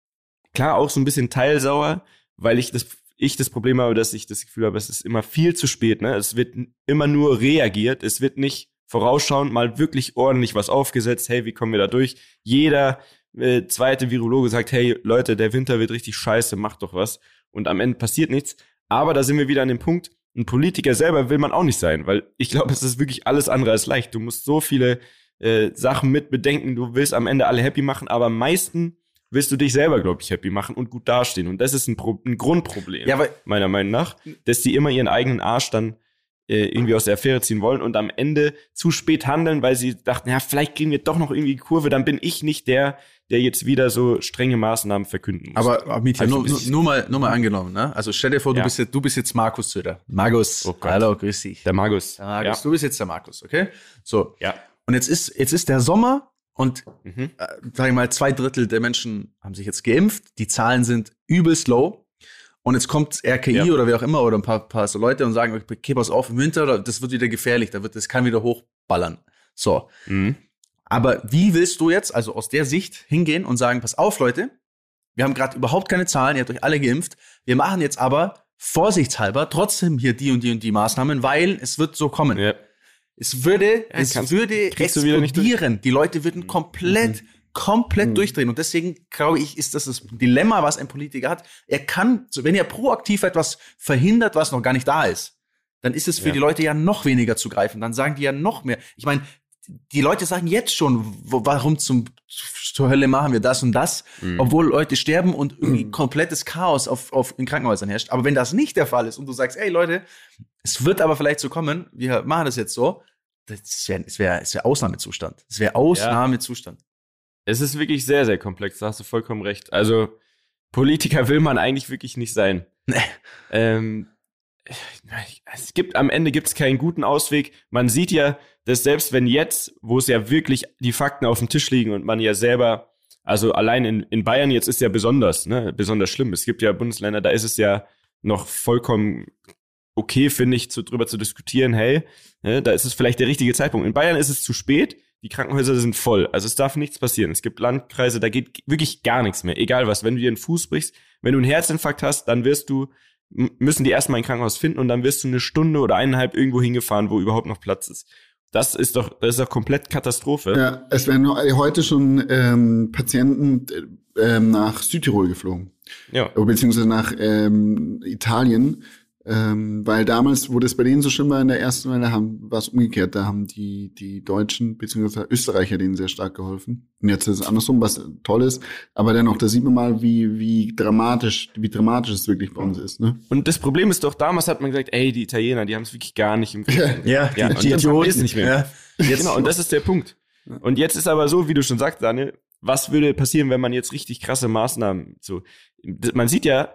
Speaker 1: klar auch so ein bisschen teilsauer, weil ich das, ich das Problem habe, dass ich das Gefühl habe, es ist immer viel zu spät. Ne? Es wird immer nur reagiert, es wird nicht vorausschauend mal wirklich ordentlich was aufgesetzt. Hey, wie kommen wir da durch? Jeder äh, zweite Virologe sagt, hey Leute, der Winter wird richtig scheiße, macht doch was. Und am Ende passiert nichts. Aber da sind wir wieder an dem Punkt, ein Politiker selber will man auch nicht sein, weil ich glaube, es ist wirklich alles andere als leicht. Du musst so viele äh, Sachen mit bedenken, du willst am Ende alle happy machen, aber am meisten willst du dich selber, glaube ich, happy machen und gut dastehen. Und das ist ein, Pro- ein Grundproblem,
Speaker 3: Ja, weil,
Speaker 1: meiner Meinung nach, dass die immer ihren eigenen Arsch dann äh, irgendwie aus der Affäre ziehen wollen und am Ende zu spät handeln, weil sie dachten, ja, vielleicht kriegen wir doch noch irgendwie die Kurve, dann bin ich nicht der, der jetzt wieder so strenge Maßnahmen verkünden muss.
Speaker 3: aber, aber Mietja,
Speaker 1: Also,
Speaker 3: nur, nur, nur, mal, nur mal angenommen, ne? Also stell dir vor, du,
Speaker 1: Ja.
Speaker 3: bist, jetzt, du bist jetzt Markus Söder. Markus,
Speaker 1: Oh Gott.
Speaker 3: hallo, grüß dich.
Speaker 1: Der Magus.
Speaker 3: Der Markus,
Speaker 1: Ja.
Speaker 3: du bist jetzt der Markus, okay? So.
Speaker 1: Ja.
Speaker 3: Und jetzt ist, jetzt ist der Sommer und,
Speaker 1: Mhm.
Speaker 3: äh, sag ich mal, zwei Drittel der Menschen haben sich jetzt geimpft. Die Zahlen sind übelst low. Und jetzt kommt R K I
Speaker 1: Ja.
Speaker 3: oder wer auch immer oder ein paar, paar so Leute und sagen, okay, pass auf, im Winter, das wird wieder gefährlich, da wird, das kann wieder hochballern. So.
Speaker 1: Mhm.
Speaker 3: Aber wie willst du jetzt, also aus der Sicht, hingehen und sagen, pass auf, Leute, wir haben gerade überhaupt keine Zahlen, ihr habt euch alle geimpft, wir machen jetzt aber vorsichtshalber trotzdem hier die und die und die Maßnahmen, weil es wird so kommen.
Speaker 1: Ja.
Speaker 3: Es würde,
Speaker 1: Ja,
Speaker 3: es
Speaker 1: kannst-
Speaker 3: würde
Speaker 1: kriegst du wieder nicht durch.
Speaker 3: explodieren. Die Leute würden komplett, komplett
Speaker 2: Mhm.
Speaker 3: durchdrehen. Und deswegen glaube ich, ist das das Dilemma, was ein Politiker hat. Er kann, so wenn er proaktiv etwas verhindert, was noch gar nicht da ist, dann ist es für
Speaker 1: Ja.
Speaker 3: die Leute ja noch weniger zu greifen. Dann sagen die ja noch mehr. Ich meine, die Leute sagen jetzt schon, wo, warum zum, zur Hölle machen wir das und das,
Speaker 1: Mhm.
Speaker 3: obwohl Leute sterben und irgendwie komplettes Chaos auf, auf in Krankenhäusern herrscht. Aber wenn das nicht der Fall ist und du sagst, ey Leute, es wird aber vielleicht so kommen, wir machen das jetzt so, das wäre es wär, es wär Ausnahmezustand. Es wäre Ausnahmezustand.
Speaker 1: Es ist wirklich sehr, sehr komplex, da hast du vollkommen recht. Also, Politiker will man eigentlich wirklich nicht sein.
Speaker 3: Nee.
Speaker 1: Ähm, es gibt, am Ende gibt es keinen guten Ausweg. Man sieht ja, dass selbst wenn jetzt, wo es ja wirklich die Fakten auf dem Tisch liegen und man ja selber, also allein in, in Bayern jetzt ist ja besonders, ne, besonders schlimm. Es gibt ja Bundesländer, da ist es ja noch vollkommen okay, finde ich, zu, drüber zu diskutieren, hey, ne, da ist es vielleicht der richtige Zeitpunkt. In Bayern ist es zu spät, die Krankenhäuser sind voll, also es darf nichts passieren. Es gibt Landkreise, da geht wirklich gar nichts mehr, egal was. Wenn du dir einen Fuß brichst, wenn du einen Herzinfarkt hast, dann wirst du, m- müssen die erstmal ein Krankenhaus finden und dann wirst du eine Stunde oder eineinhalb irgendwo hingefahren, wo überhaupt noch Platz ist. Das ist doch, das ist doch komplett Katastrophe.
Speaker 2: Ja, es werden nur- heute schon ähm, Patienten äh, ähm, nach Südtirol geflogen,
Speaker 1: Ja.
Speaker 2: beziehungsweise nach ähm, Italien, ähm, weil damals, wo das bei denen so schlimm war in der ersten Welle, haben war es umgekehrt. Da haben die die Deutschen beziehungsweise Österreicher denen sehr stark geholfen. Und jetzt ist es andersrum, was toll ist. Aber dennoch, da sieht man mal, wie wie dramatisch wie dramatisch es wirklich bei uns ist. Ne?
Speaker 1: Und das Problem ist doch, damals hat man gesagt, ey, die Italiener, die haben es wirklich gar nicht im Griff.
Speaker 3: Ja,
Speaker 1: Ja, und das ist nicht mehr.
Speaker 3: Ja. Jetzt,
Speaker 1: Genau, und das ist der Punkt. Und jetzt ist aber so, wie du schon sagst, Daniel, was würde passieren, wenn man jetzt richtig krasse Maßnahmen so, man sieht ja,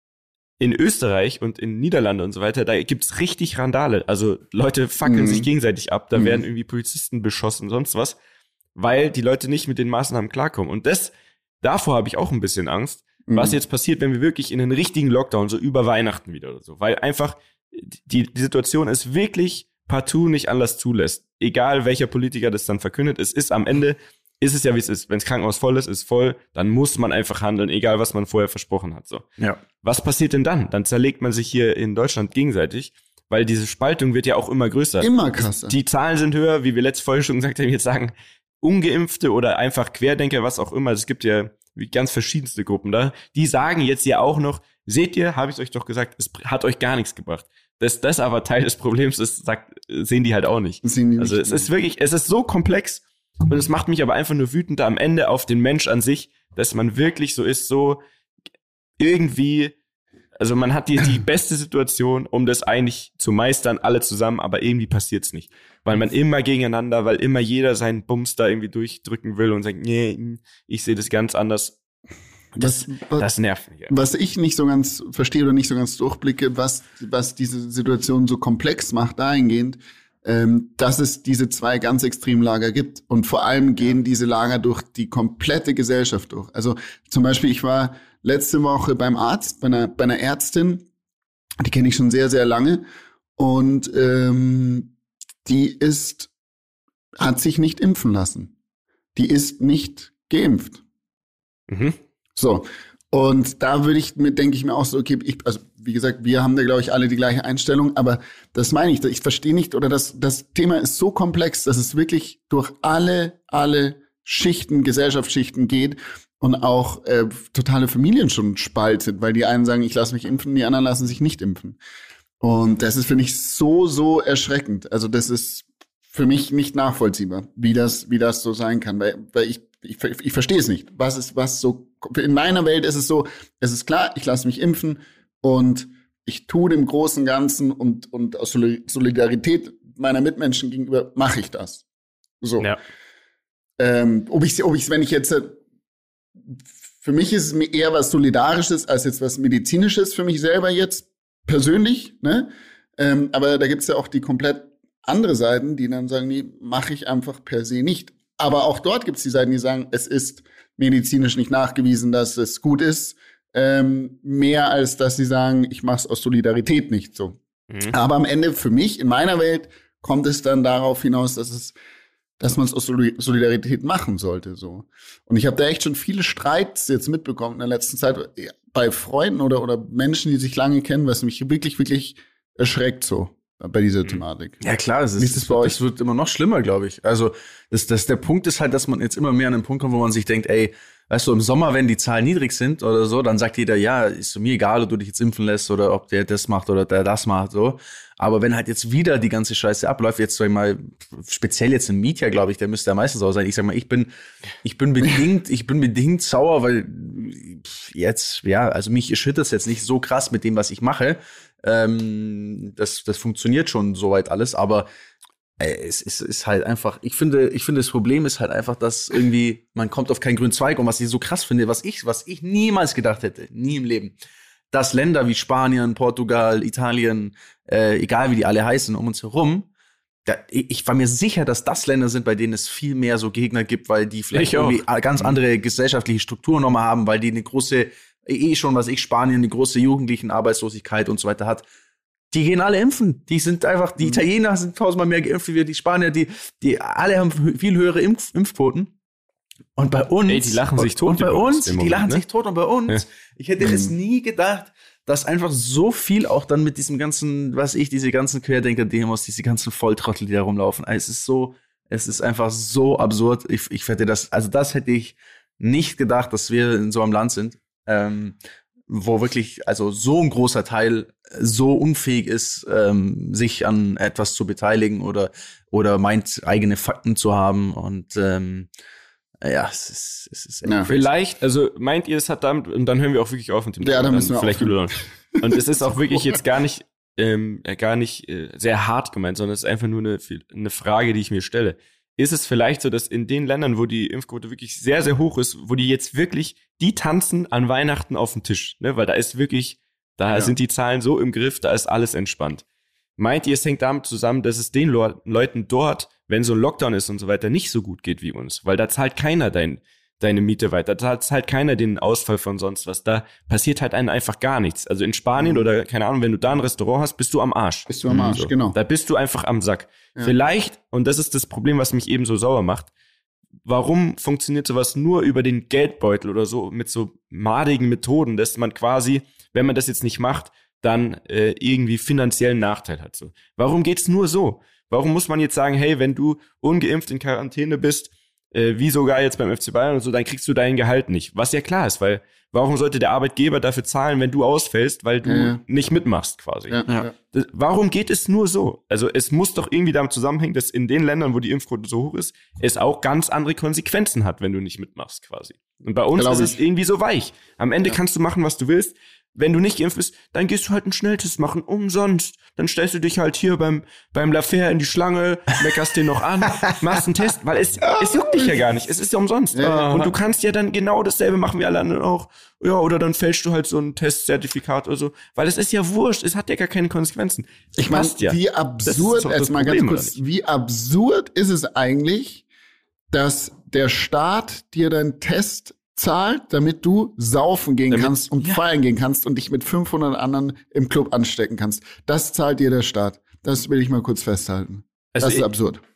Speaker 1: in Österreich und in Niederlande und so weiter, da gibt's richtig Randale. Also Leute fackeln
Speaker 2: Mhm.
Speaker 1: sich gegenseitig ab, da
Speaker 2: Mhm.
Speaker 1: werden irgendwie Polizisten beschossen, sonst was, weil die Leute nicht mit den Maßnahmen klarkommen. Und das, davor habe ich auch ein bisschen Angst, was
Speaker 2: Mhm.
Speaker 1: jetzt passiert, wenn wir wirklich in einen richtigen Lockdown, so über Weihnachten wieder oder so, weil einfach die, die Situation ist wirklich partout nicht anders zulässt. Egal welcher Politiker das dann verkündet, es ist am Ende, ist es ja wie es ist. Wenn das Krankenhaus voll ist, ist voll, dann muss man einfach handeln, egal was man vorher versprochen hat. So.
Speaker 3: Ja.
Speaker 1: Was passiert denn dann? Dann zerlegt man sich hier in Deutschland gegenseitig, weil diese Spaltung wird ja auch immer größer.
Speaker 2: Immer krasser.
Speaker 1: Die Zahlen sind höher, wie wir letzte Folge schon gesagt haben, jetzt sagen Ungeimpfte oder einfach Querdenker, was auch immer. Es gibt ja ganz verschiedenste Gruppen da. Die sagen jetzt ja auch noch, seht ihr, habe ich euch doch gesagt, es hat euch gar nichts gebracht. Dass das aber Teil des Problems ist, sagt, sehen die halt auch nicht.
Speaker 2: Das sehen die
Speaker 1: Also
Speaker 2: nicht.
Speaker 1: es ist wirklich, es ist so komplex und es macht mich aber einfach nur wütend am Ende auf den Mensch an sich, dass man wirklich so ist, so irgendwie, also man hat die, die beste Situation, um das eigentlich zu meistern, alle zusammen, aber irgendwie passiert's nicht. Weil man immer gegeneinander, weil immer jeder seinen Bums da irgendwie durchdrücken will und sagt, nee, ich sehe das ganz anders. Das,
Speaker 2: was,
Speaker 1: das nervt mich.
Speaker 2: was ich nicht so ganz verstehe oder nicht so ganz durchblicke, was, was diese Situation so komplex macht dahingehend, ähm, dass es diese zwei ganz extremen Lager gibt. Und vor allem gehen diese Lager durch die komplette Gesellschaft durch. Also zum Beispiel, ich war letzte Woche beim Arzt, bei einer, bei einer Ärztin, die kenne ich schon sehr, sehr lange. Und ähm, die ist, hat sich nicht impfen lassen. die ist nicht geimpft.
Speaker 1: Mhm.
Speaker 2: So. Und da würde ich mir, denke ich mir auch so, okay, ich, also wie gesagt, wir haben da, glaube ich, alle die gleiche Einstellung, aber das meine ich, ich verstehe nicht, oder das, das Thema ist so komplex, dass es wirklich durch alle, alle Schichten, Gesellschaftsschichten geht und auch äh, totale Familien schon spaltet, weil die einen sagen, ich lasse mich impfen, die anderen lassen sich nicht impfen. Und das ist, finde ich, so, so erschreckend. Also das ist für mich nicht nachvollziehbar, wie das, wie das so sein kann, weil, weil ich Ich, ich verstehe es nicht. Was ist, was so, in meiner Welt ist es so, es ist klar, ich lasse mich impfen und ich tue dem großen Ganzen und, und aus Solidarität meiner Mitmenschen gegenüber mache ich das. So.
Speaker 1: Ja.
Speaker 2: Ähm, ob ich, ob ich, wenn ich jetzt, für mich ist es mir eher was Solidarisches als jetzt was Medizinisches für mich selber jetzt persönlich, ne? Ähm, aber da gibt's ja auch die komplett andere Seiten, die dann sagen, nee, mache ich einfach per se nicht. Aber auch dort gibt es die Seiten, die sagen, es ist medizinisch nicht nachgewiesen, dass es gut ist, ähm, mehr als dass sie sagen, ich mache es aus Solidarität nicht so. Mhm. Aber am Ende für mich, in meiner Welt, kommt es dann darauf hinaus, dass es, dass man es aus Solidarität machen sollte. So. Und ich habe da echt schon viele Streits jetzt mitbekommen in der letzten Zeit bei Freunden oder, oder Menschen, die sich lange kennen, was mich wirklich, wirklich erschreckt so. Bei dieser Thematik.
Speaker 3: Ja klar, es ist, es wird, es wird immer noch schlimmer, glaube ich. Also das, das, der Punkt ist halt, dass man jetzt immer mehr an den Punkt kommt, wo man sich denkt, ey, weißt du, im Sommer, wenn die Zahlen niedrig sind oder so, dann sagt jeder, ja, ist mir egal, ob du dich jetzt impfen lässt oder ob der das macht oder der das macht, so. Aber wenn halt jetzt wieder die ganze Scheiße abläuft, jetzt sag ich mal, speziell jetzt ein Mietja, glaube ich, der müsste ja meistens sauer sein. Ich sag mal, ich bin, ich bin bedingt, ich bin bedingt sauer, weil jetzt, ja, also mich erschüttert es jetzt nicht so krass mit dem, was ich mache. Ähm, das, das funktioniert schon soweit alles, aber äh, es, es ist halt einfach, ich finde, ich finde, das Problem ist halt einfach, dass irgendwie, man kommt auf keinen grünen Zweig, und was ich so krass finde, was ich, was ich niemals gedacht hätte, nie im Leben, dass Länder wie Spanien, Portugal, Italien, äh, egal wie die alle heißen, um uns herum, da, ich war mir sicher, dass das Länder sind, bei denen es viel mehr so Gegner gibt, weil die vielleicht irgendwie ganz andere gesellschaftliche Strukturen nochmal haben, weil die eine große eh schon, was ich, Spanien, eine große Jugendlichenarbeitslosigkeit und so weiter hat. Die gehen alle impfen. Die sind einfach, die Italiener sind tausendmal mehr geimpft wie wir, die Spanier, die, die alle haben viel höhere Impf, Impfquoten. Und bei uns.
Speaker 1: Ey, die lachen sich tot.
Speaker 3: Und bei uns, die
Speaker 1: Moment,
Speaker 3: lachen
Speaker 1: ne?
Speaker 3: sich tot. Und bei uns,
Speaker 1: Ja.
Speaker 3: ich hätte es nie gedacht, dass einfach so viel auch dann mit diesem ganzen, was ich, diese ganzen Querdenker-Demos, diese ganzen Volltrottel, die da rumlaufen. Es ist so, es ist einfach so absurd. Ich, ich hätte das, also das hätte ich nicht gedacht, dass wir in so einem Land sind. Ähm, wo wirklich also so ein großer Teil so unfähig ist, ähm, sich an etwas zu beteiligen oder oder meint, eigene Fakten zu haben. Und ähm, ja, es ist, es ist
Speaker 2: ja.
Speaker 1: Vielleicht, also meint ihr, es hat damit, und dann hören wir auch wirklich auf mit dem
Speaker 2: Ja, dann müssen wir
Speaker 1: vielleicht wieder. Und es ist auch wirklich jetzt gar nicht ähm, gar nicht äh, sehr hart gemeint, sondern es ist einfach nur eine, eine Frage, die ich mir stelle. Ist es vielleicht so, dass in den Ländern, wo die Impfquote wirklich sehr, sehr hoch ist, wo die jetzt wirklich, die tanzen an Weihnachten auf dem Tisch, ne? Weil da ist wirklich, da ja. sind die Zahlen so im Griff, da ist alles entspannt. Meint ihr, es hängt damit zusammen, dass es den Le- Leuten dort, wenn so ein Lockdown ist und so weiter, nicht so gut geht wie uns? Weil da zahlt keiner dein, deine Miete weiter, da zahlt keiner den Ausfall von sonst was. Da passiert halt einem einfach gar nichts. Also in Spanien mhm. oder, keine Ahnung, wenn du da ein Restaurant hast, bist du am Arsch.
Speaker 2: Bist du am Arsch, so. Genau.
Speaker 1: Da bist du einfach am Sack. Ja. Vielleicht, und das ist das Problem, was mich eben so sauer macht, warum funktioniert sowas nur über den Geldbeutel oder so mit so madigen Methoden, dass man quasi, wenn man das jetzt nicht macht, dann äh, irgendwie finanziellen Nachteil hat. So. Warum geht's nur so? Warum muss man jetzt sagen, hey, wenn du ungeimpft in Quarantäne bist, äh, wie sogar jetzt beim F C Bayern und so, dann kriegst du dein Gehalt nicht. Was ja klar ist, weil warum sollte der Arbeitgeber dafür zahlen, wenn du ausfällst, weil du ja. nicht mitmachst quasi?
Speaker 2: Ja. Ja.
Speaker 1: Das, warum geht es nur so? Also es muss doch irgendwie damit zusammenhängen, dass in den Ländern, wo die Impfquote so hoch ist, es auch ganz andere Konsequenzen hat, wenn du nicht mitmachst quasi. Und bei uns
Speaker 2: Glaub
Speaker 1: ist es
Speaker 2: ich.
Speaker 1: irgendwie so weich. Am Ende
Speaker 2: Ja.
Speaker 1: kannst du machen, was du willst. Wenn du nicht geimpft bist, dann gehst du halt einen Schnelltest machen, umsonst. Dann stellst du dich halt hier beim beim Lafer in die Schlange, meckerst den noch an, machst einen Test, weil es es juckt dich ja gar nicht. Es ist ja umsonst.
Speaker 2: Ja.
Speaker 1: Und du kannst ja dann genau dasselbe machen wie alle anderen auch. Ja, oder dann fälschst du halt so ein Testzertifikat oder so. Weil es ist ja wurscht, es hat ja gar keine Konsequenzen.
Speaker 2: Ich meine,
Speaker 1: ja.
Speaker 2: wie
Speaker 1: Das
Speaker 2: absurd,
Speaker 1: ist doch das
Speaker 2: jetzt mal
Speaker 1: Problem,
Speaker 2: ganz kurz, wie absurd ist es eigentlich, dass der Staat dir deinen Test zahlt, damit du saufen gehen
Speaker 1: Damit-
Speaker 2: kannst und
Speaker 1: ja.
Speaker 2: feiern gehen kannst und dich mit fünfhundert anderen im Club anstecken kannst. Das zahlt dir der Staat. Das will ich mal kurz festhalten.
Speaker 1: Also
Speaker 2: das ist
Speaker 1: ich-
Speaker 2: absurd.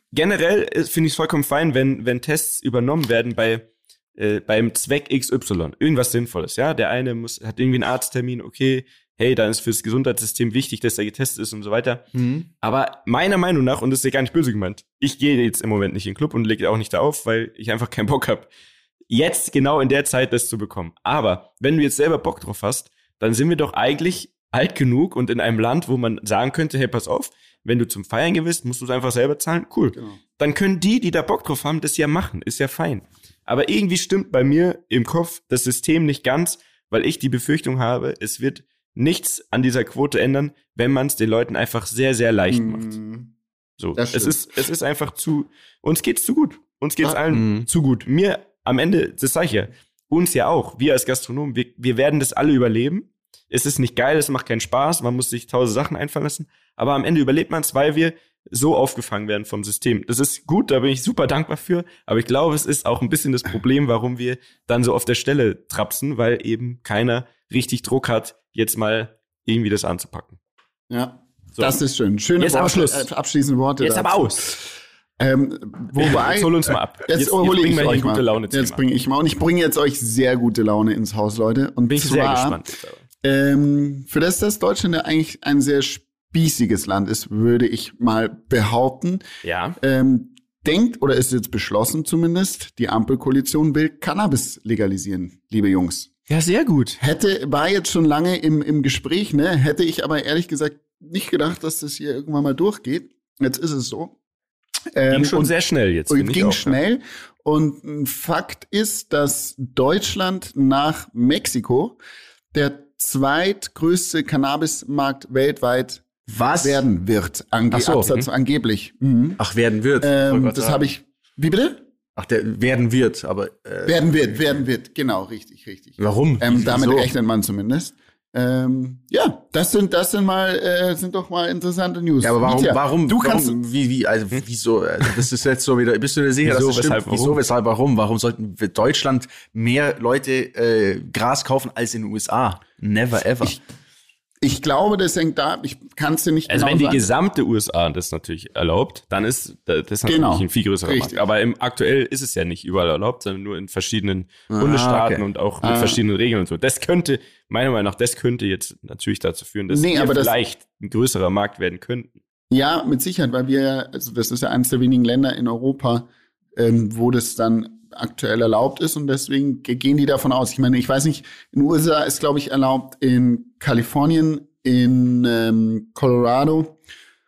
Speaker 1: generell finde ich es vollkommen fein, wenn, wenn Tests übernommen werden bei äh, beim Zweck X Y. Irgendwas Sinnvolles, ja. Der eine muss hat irgendwie einen Arzttermin, okay, hey, dann ist fürs Gesundheitssystem wichtig, dass er getestet ist und so weiter. Mhm. Aber meiner Meinung nach, und das ist ja gar nicht böse gemeint, ich gehe jetzt im Moment nicht in den Club und lege auch nicht da auf, weil ich einfach keinen Bock habe, jetzt genau in der Zeit das zu bekommen. Aber wenn du jetzt selber Bock drauf hast, dann sind wir doch eigentlich alt genug und in einem Land, wo man sagen könnte, hey, pass auf, wenn du zum Feiern gehst, musst du es einfach selber zahlen, cool. Genau. Dann können die, die da Bock drauf haben, das ja machen, ist ja fein. Aber irgendwie stimmt bei mir im Kopf das System nicht ganz, weil ich die Befürchtung habe, es wird nichts an dieser Quote ändern, wenn man es den Leuten einfach sehr, sehr leicht macht. Mm, so, es ist, es ist einfach zu, uns geht's zu gut. Uns geht's ah, allen mm. zu gut. Mir am Ende, das sag ich ja, uns ja auch, wir als Gastronomen, wir, wir werden das alle überleben. Es ist nicht geil, es macht keinen Spaß, man muss sich tausend Sachen einfallen lassen, aber am Ende überlebt man es, weil wir so aufgefangen werden vom System. Das ist gut, da bin ich super dankbar für, aber ich glaube, es ist auch ein bisschen das Problem, warum wir dann so auf der Stelle trapsen, weil eben keiner richtig Druck hat, jetzt mal irgendwie das anzupacken.
Speaker 2: Ja, so. Das ist schön. Schöne
Speaker 1: jetzt
Speaker 2: Worte,
Speaker 1: Abschluss.
Speaker 2: Äh, abschließende Worte.
Speaker 1: Jetzt dazu. Aber aus.
Speaker 2: Ähm, wobei,
Speaker 1: jetzt hol uns mal ab.
Speaker 2: Jetzt,
Speaker 1: jetzt,
Speaker 2: hole
Speaker 1: jetzt
Speaker 2: ich
Speaker 1: wir
Speaker 2: euch
Speaker 1: gute
Speaker 2: mal.
Speaker 1: Laune
Speaker 2: Jetzt bringe ich mal. Und ich bringe jetzt euch sehr gute Laune ins Haus, Leute. Und
Speaker 1: bin ich
Speaker 2: zwar,
Speaker 1: sehr gespannt. Jetzt aber.
Speaker 2: Ähm, für das, dass Deutschland ja eigentlich ein sehr spießiges Land ist, würde ich mal behaupten.
Speaker 1: Ja.
Speaker 2: Ähm, denkt, oder ist jetzt beschlossen zumindest, die Ampelkoalition will Cannabis legalisieren, liebe Jungs.
Speaker 1: Ja, sehr gut.
Speaker 2: Hätte, war jetzt schon lange im, im Gespräch, ne? Hätte ich aber ehrlich gesagt nicht gedacht, dass das hier irgendwann mal durchgeht. Jetzt ist es so.
Speaker 1: Ähm, ging schon und, sehr schnell jetzt.
Speaker 2: Und ging
Speaker 1: auch,
Speaker 2: schnell. Ja. Und ein Fakt ist, dass Deutschland nach Mexiko der zweitgrößte Cannabismarkt weltweit
Speaker 3: Was?
Speaker 2: werden wird. Ange-
Speaker 3: Ach so,
Speaker 2: Absatz,
Speaker 3: mhm.
Speaker 2: angeblich. Mhm.
Speaker 3: Ach, werden wird.
Speaker 2: Ähm, das habe ich. Wie bitte?
Speaker 3: Ach, der werden wird, aber
Speaker 2: äh, werden wird, werden wird. Genau, richtig, richtig.
Speaker 3: Warum?
Speaker 2: Ähm, damit rechnet man zumindest. Ähm, ja, das sind, das sind mal, äh, sind doch mal interessante News.
Speaker 3: Ja, aber warum,
Speaker 2: Mietja,
Speaker 3: warum,
Speaker 2: du kannst,
Speaker 3: warum, wie, wie, also, wieso, also, das ist jetzt so wieder, bist du dir sicher,
Speaker 1: wieso,
Speaker 3: dass das
Speaker 1: weshalb,
Speaker 3: stimmt? Wieso, weshalb, warum? Warum sollten wir Deutschland mehr Leute, äh, Gras kaufen als in den U S A? Never ever.
Speaker 2: Ich, Ich glaube, das hängt da, ich kann es dir nicht
Speaker 1: also
Speaker 2: genau
Speaker 1: wenn die
Speaker 2: sagen.
Speaker 1: gesamte U S A das natürlich erlaubt, dann ist das natürlich
Speaker 2: Genau.
Speaker 1: ein viel größerer
Speaker 2: Richtig.
Speaker 1: Markt. Aber im, aktuell ist es ja nicht überall erlaubt, sondern nur in verschiedenen
Speaker 3: Ah,
Speaker 1: Bundesstaaten
Speaker 3: okay.
Speaker 1: und auch mit
Speaker 2: Ah.
Speaker 1: verschiedenen Regeln und so. Das könnte, meiner Meinung nach, das könnte jetzt natürlich dazu führen, dass
Speaker 2: Nee,
Speaker 1: wir
Speaker 2: aber das-
Speaker 1: vielleicht ein größerer Markt werden könnten.
Speaker 2: Ja, mit Sicherheit, weil wir, ja- also das ist ja eines der wenigen Länder in Europa, ähm, wo das dann aktuell erlaubt ist und deswegen ge- gehen die davon aus. Ich meine, ich weiß nicht, in den U S A ist, glaube ich, erlaubt, in Kalifornien, in ähm, Colorado.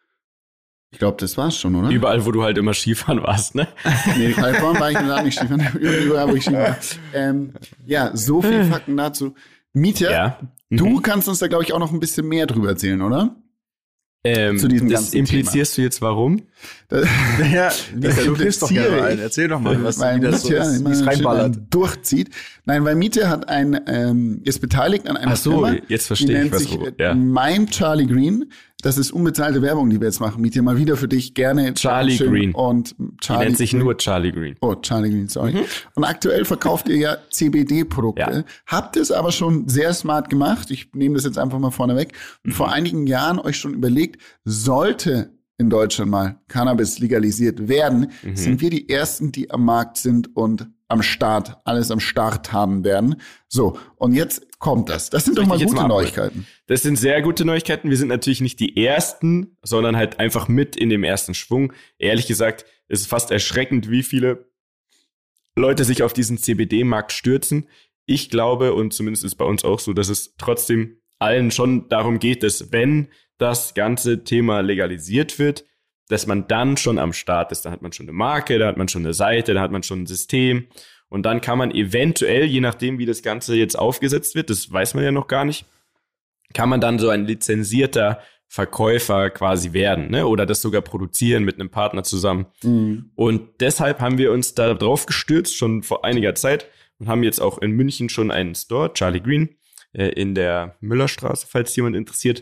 Speaker 2: Ich glaube, das war's schon, oder?
Speaker 1: Überall, wo du halt immer Skifahren warst, ne?
Speaker 2: Nee, in Kalifornien war ich noch nicht Skifahren. Überall, wo ich Skifahren war. Ähm, ja, so viel Fakten dazu. Mietja,
Speaker 1: Ja.
Speaker 2: du
Speaker 1: Mhm.
Speaker 2: kannst uns da, glaube ich, auch noch ein bisschen mehr drüber erzählen, oder?
Speaker 1: Ähm,
Speaker 2: Zu diesem
Speaker 1: das
Speaker 2: ganzen
Speaker 1: implizierst du jetzt warum?
Speaker 2: Das,
Speaker 3: Ja,
Speaker 2: das
Speaker 3: du kriegst doch
Speaker 2: impliziere
Speaker 3: gerne
Speaker 2: ich.
Speaker 3: ein. Erzähl doch mal, was
Speaker 2: weil
Speaker 3: wie das so
Speaker 2: Mietja
Speaker 3: ist,
Speaker 2: immer
Speaker 3: wie es
Speaker 2: schön
Speaker 3: reinballert.
Speaker 2: einen durchzieht. Nein, weil Mietja hat ein, ähm, ist beteiligt an einer
Speaker 1: Ach so,
Speaker 2: Firma.
Speaker 1: jetzt
Speaker 2: die
Speaker 1: verstehe ich,
Speaker 2: nennt
Speaker 1: was
Speaker 2: sich
Speaker 1: du-
Speaker 2: äh,
Speaker 1: ja.
Speaker 2: Mein Charlie Green. Das ist unbezahlte Werbung, die wir jetzt machen. Mietja, mal wieder für dich gerne.
Speaker 1: Charlie
Speaker 2: Schön
Speaker 1: Green.
Speaker 2: Und
Speaker 1: Die
Speaker 2: Charlie
Speaker 1: nennt sich
Speaker 2: Green.
Speaker 1: nur Charlie Green.
Speaker 2: Oh, Charlie Green, sorry. Und aktuell verkauft ihr ja C B D-Produkte.
Speaker 1: Ja.
Speaker 2: Habt es aber schon sehr smart gemacht. Ich nehme das jetzt einfach mal vorne weg. Und vor einigen Jahren euch schon überlegt, sollte in Deutschland mal Cannabis legalisiert werden,
Speaker 1: Mhm.
Speaker 2: sind wir die Ersten, die am Markt sind und am Start, alles am Start haben werden. So, und jetzt kommt das. Das sind
Speaker 1: Soll
Speaker 2: doch mal
Speaker 1: ich dich jetzt
Speaker 2: gute
Speaker 1: mal abholen?
Speaker 2: Neuigkeiten.
Speaker 1: Das sind sehr gute Neuigkeiten. Wir sind natürlich nicht die Ersten, sondern halt einfach mit in dem ersten Schwung. Ehrlich gesagt, ist es fast erschreckend, wie viele Leute sich auf diesen C B D-Markt stürzen. Ich glaube, und zumindest ist bei uns auch so, dass es trotzdem allen schon darum geht, dass wenn das ganze Thema legalisiert wird, dass man dann schon am Start ist. Da hat man schon eine Marke, da hat man schon eine Seite, da hat man schon ein System. Und dann kann man eventuell, je nachdem, wie das Ganze jetzt aufgesetzt wird, das weiß man ja noch gar nicht, kann man dann so ein lizenzierter Verkäufer quasi werden, ne? Oder das sogar produzieren mit einem Partner zusammen.
Speaker 2: Mhm.
Speaker 1: Und deshalb haben wir uns da drauf gestürzt, schon vor einiger Zeit, und haben jetzt auch in München schon einen Store, Charlie Green, äh, in der Müllerstraße, falls jemand interessiert.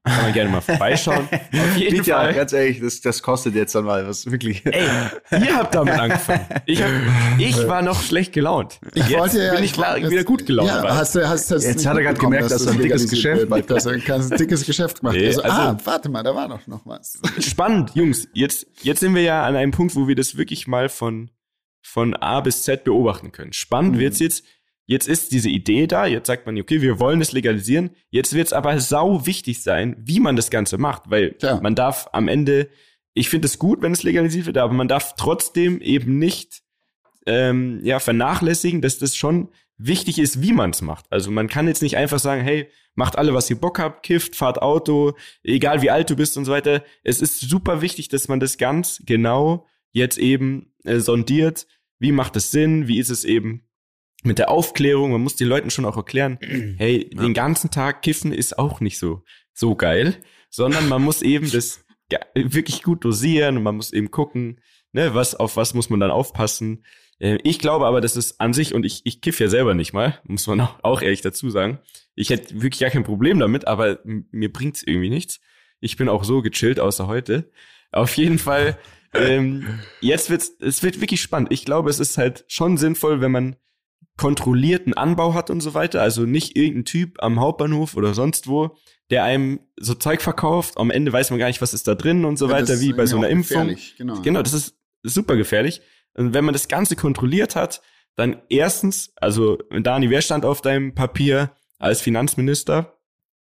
Speaker 1: Kann man gerne mal vorbeischauen. Auf jeden
Speaker 3: Mietja,
Speaker 1: Fall.
Speaker 3: ganz ehrlich, das, das kostet jetzt dann mal was, wirklich.
Speaker 1: Ey, ihr habt damit angefangen. Ich, hab, ich war noch schlecht gelaunt.
Speaker 2: Ich
Speaker 1: Jetzt
Speaker 2: wollte ja,
Speaker 1: bin ich klar,
Speaker 2: jetzt,
Speaker 1: wieder gut gelaunt.
Speaker 2: Ja, hast du, hast, hast
Speaker 3: Jetzt
Speaker 2: nicht
Speaker 3: hat er gerade
Speaker 2: mitbekommen,
Speaker 3: gemerkt, dass er ein dickes
Speaker 2: legalisiert
Speaker 3: Geschäft
Speaker 2: wird, dass er ein dickes Geschäft gemacht.
Speaker 1: Nee,
Speaker 2: also,
Speaker 1: also-
Speaker 2: ah, warte mal, da war doch noch was.
Speaker 1: Spannend, Jungs. Jetzt, jetzt sind wir ja an einem Punkt, wo wir das wirklich mal von, von A bis Z beobachten können. Spannend
Speaker 2: Mhm.
Speaker 1: wird's jetzt. Jetzt ist diese Idee da. Jetzt sagt man, okay, wir wollen es legalisieren. Jetzt wird's aber sau wichtig sein, wie man das Ganze macht, weil
Speaker 2: Tja.
Speaker 1: man darf am Ende, ich finde es gut, wenn es legalisiert wird, aber man darf trotzdem eben nicht ähm, ja, vernachlässigen, dass das schon wichtig ist, wie man es macht. Also man kann jetzt nicht einfach sagen, hey, macht alle, was ihr Bock habt, kifft, fahrt Auto, egal wie alt du bist und so weiter. Es ist super wichtig, dass man das ganz genau jetzt eben äh, sondiert. Wie macht es Sinn? Wie ist es eben mit der Aufklärung? Man muss den Leuten schon auch erklären, hey,
Speaker 3: Ja.
Speaker 1: den ganzen Tag kiffen ist auch nicht so, so geil, sondern man muss eben das ge- wirklich gut dosieren und man muss eben gucken, ne, was, auf was muss man dann aufpassen. Äh, Ich glaube aber, dass es an sich, und ich, ich kiff ja selber nicht mal, muss man auch, auch ehrlich dazu sagen. Ich hätte wirklich gar kein Problem damit, aber m- mir bringt's irgendwie nichts. Ich bin auch so gechillt, außer heute. Auf jeden Fall, ähm, jetzt wird's, es wird wirklich spannend. Ich glaube, es ist halt schon sinnvoll, wenn man kontrollierten Anbau hat und so weiter. Also nicht irgendein Typ am Hauptbahnhof oder sonst wo, der einem so Zeug verkauft. Am Ende weiß man gar nicht, was ist da drin und so
Speaker 2: Ja, das
Speaker 1: weiter,
Speaker 2: ist
Speaker 1: wie bei so einer
Speaker 2: irgendwie auch
Speaker 1: Impfung.
Speaker 2: gefährlich, Genau.
Speaker 1: Genau, das ist super gefährlich. Und wenn man das Ganze kontrolliert hat, dann erstens, also Dani, wer stand auf deinem Papier als Finanzminister?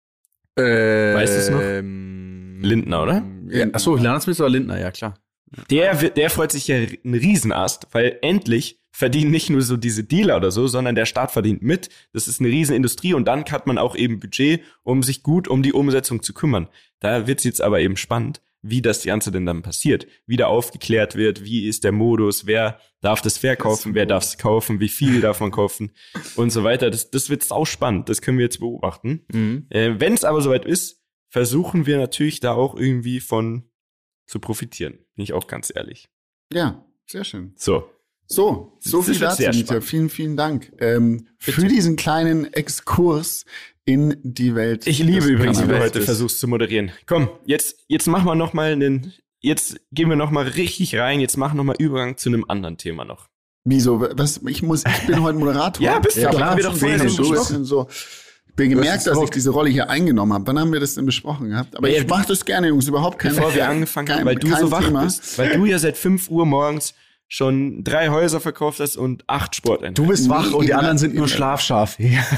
Speaker 3: Äh,
Speaker 1: Weißt du's noch?
Speaker 3: ähm,
Speaker 1: Lindner, oder?
Speaker 3: Ja, achso, Finanzminister war Lindner, ja klar.
Speaker 1: Der, wird- der freut sich ja einen Riesenast, weil endlich verdienen nicht nur so diese Dealer oder so, sondern der Staat verdient mit. Das ist eine Riesenindustrie und dann hat man auch eben Budget, um sich gut um die Umsetzung zu kümmern. Da wird's jetzt aber eben spannend, wie das Ganze denn dann passiert, wie da aufgeklärt wird, wie ist der Modus, wer darf das verkaufen, wer darf es kaufen, wie viel darf man kaufen und so weiter. Das, das wird sau spannend, das können wir jetzt beobachten.
Speaker 3: Mhm.
Speaker 1: Äh, Wenn es aber soweit ist, versuchen wir natürlich da auch irgendwie von zu profitieren, bin ich auch ganz ehrlich.
Speaker 2: Ja, sehr schön.
Speaker 1: So,
Speaker 2: So, so
Speaker 1: Das
Speaker 2: viel
Speaker 1: wird
Speaker 2: dazu,
Speaker 1: sehr
Speaker 2: Dieter.
Speaker 1: spannend.
Speaker 2: Vielen, vielen Dank ähm,
Speaker 1: Bitte.
Speaker 2: für diesen kleinen Exkurs in die Welt.
Speaker 1: ich liebe
Speaker 2: des
Speaker 1: übrigens, wie du
Speaker 2: Cannabis.
Speaker 1: heute versuchst zu moderieren. Komm, jetzt, jetzt machen wir noch mal einen, jetzt gehen wir noch mal richtig rein, jetzt machen wir noch mal Übergang zu einem anderen Thema noch.
Speaker 2: Wieso? Was? Ich muss, ich bin heute Moderator.
Speaker 1: Ja, bist du.
Speaker 2: ja,
Speaker 1: Haben
Speaker 2: klar,
Speaker 1: wir doch vorher
Speaker 2: schon
Speaker 1: so
Speaker 2: ein
Speaker 1: besprochen.
Speaker 2: bisschen so. Ich bin gemerkt,
Speaker 3: ist
Speaker 2: dass ich
Speaker 3: Druck.
Speaker 2: diese Rolle hier eingenommen habe. Wann haben wir das denn besprochen gehabt? Aber
Speaker 1: Ja,
Speaker 2: ich mache das gerne, Jungs, überhaupt kein
Speaker 1: Bevor wir angefangen
Speaker 2: kein,
Speaker 1: haben, weil du
Speaker 2: kein
Speaker 1: so wach
Speaker 2: Thema.
Speaker 1: bist, weil du ja seit fünf Uhr morgens schon drei Häuser verkauft hast und acht Sporteinheiten.
Speaker 3: Du bist wach und die
Speaker 2: Ja,
Speaker 3: anderen sind nur
Speaker 2: ja.
Speaker 3: schlafscharf.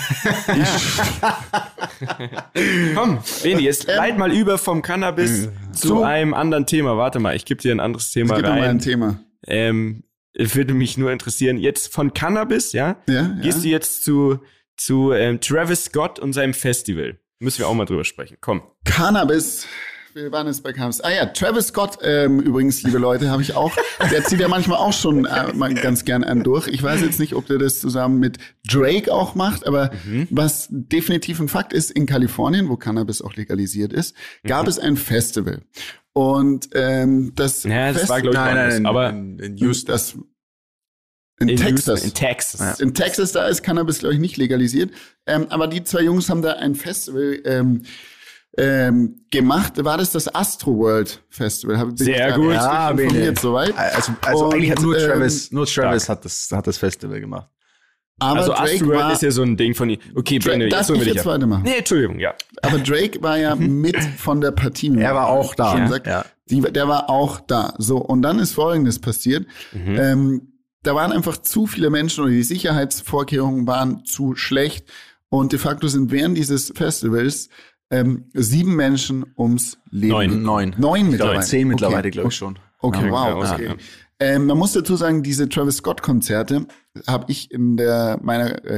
Speaker 1: Komm, Beni, jetzt leit mal über vom Cannabis zu
Speaker 2: So.
Speaker 1: einem anderen Thema. Warte mal, ich gebe dir ein anderes Thema
Speaker 2: Es gibt noch mal ein
Speaker 1: rein.
Speaker 2: Thema.
Speaker 1: Ähm, es würde mich nur interessieren, jetzt von Cannabis, ja,
Speaker 2: Ja,
Speaker 1: gehst
Speaker 2: ja.
Speaker 1: du jetzt zu, zu ähm, Travis Scott und seinem Festival. Müssen wir auch mal drüber sprechen. Komm.
Speaker 2: Cannabis. Wir waren jetzt bei Cannabis. Ah ja, Travis Scott, ähm, übrigens, liebe Leute, habe ich auch. Der zieht ja manchmal auch schon äh, mal ganz gern einen durch. Ich weiß jetzt nicht, ob der das zusammen mit Drake auch macht, aber
Speaker 1: Mhm.
Speaker 2: was definitiv ein Fakt ist, in Kalifornien, wo Cannabis auch legalisiert ist, gab
Speaker 1: Mhm.
Speaker 2: es ein Festival. Und ähm, das
Speaker 1: Ja, das
Speaker 2: Fest-
Speaker 1: war, glaube ich,
Speaker 3: Nein, nein,
Speaker 1: anders,
Speaker 3: in,
Speaker 1: aber
Speaker 3: in, in Houston.
Speaker 2: das in,
Speaker 1: in
Speaker 2: Texas.
Speaker 1: Houston, in Texas.
Speaker 2: In Texas, da ist Cannabis, glaube ich, nicht legalisiert. Ähm, aber die zwei Jungs haben da ein Festival ähm, ähm, gemacht. War das das Astro World Festival? Hab- bin
Speaker 1: Sehr
Speaker 2: ich da
Speaker 1: gut.
Speaker 2: richtig
Speaker 3: Ja, Bene.
Speaker 2: informiert soweit.
Speaker 3: Also, also
Speaker 2: Und,
Speaker 3: eigentlich hat nur
Speaker 2: ähm,
Speaker 3: Travis, nur Travis
Speaker 1: stark.
Speaker 3: hat das, hat das Festival gemacht.
Speaker 2: Aber
Speaker 1: Also
Speaker 2: Drake
Speaker 1: Astroworld
Speaker 2: war,
Speaker 1: ist ja so ein Ding von ihm. Okay,
Speaker 2: Drake,
Speaker 1: Bene,
Speaker 2: darf
Speaker 1: jetzt holen wir
Speaker 2: ich
Speaker 1: dich
Speaker 2: jetzt
Speaker 1: ab.
Speaker 2: weitermachen?
Speaker 1: Nee, Entschuldigung, ja.
Speaker 2: Aber Drake war ja mit von der Partie. wie
Speaker 3: Er war
Speaker 2: man
Speaker 3: auch da.
Speaker 2: schon
Speaker 3: Ja,
Speaker 2: sagt.
Speaker 3: ja.
Speaker 2: Die, der war auch da. So, und dann ist Folgendes passiert.
Speaker 1: Mhm.
Speaker 2: Ähm, da waren einfach zu viele Menschen oder die Sicherheitsvorkehrungen waren zu schlecht. Und de facto sind während dieses Festivals ähm, sieben Menschen ums Leben
Speaker 1: Neun.
Speaker 2: gekommen.
Speaker 3: Neun.
Speaker 2: Neun mittlerweile.
Speaker 3: Zehn mittlerweile,
Speaker 2: Okay.
Speaker 3: glaube ich schon.
Speaker 2: Okay,
Speaker 1: Ja,
Speaker 2: wow.
Speaker 1: ja,
Speaker 2: Okay.
Speaker 1: ja.
Speaker 2: Ähm, man muss dazu sagen, diese Travis Scott-Konzerte habe ich in der meiner äh,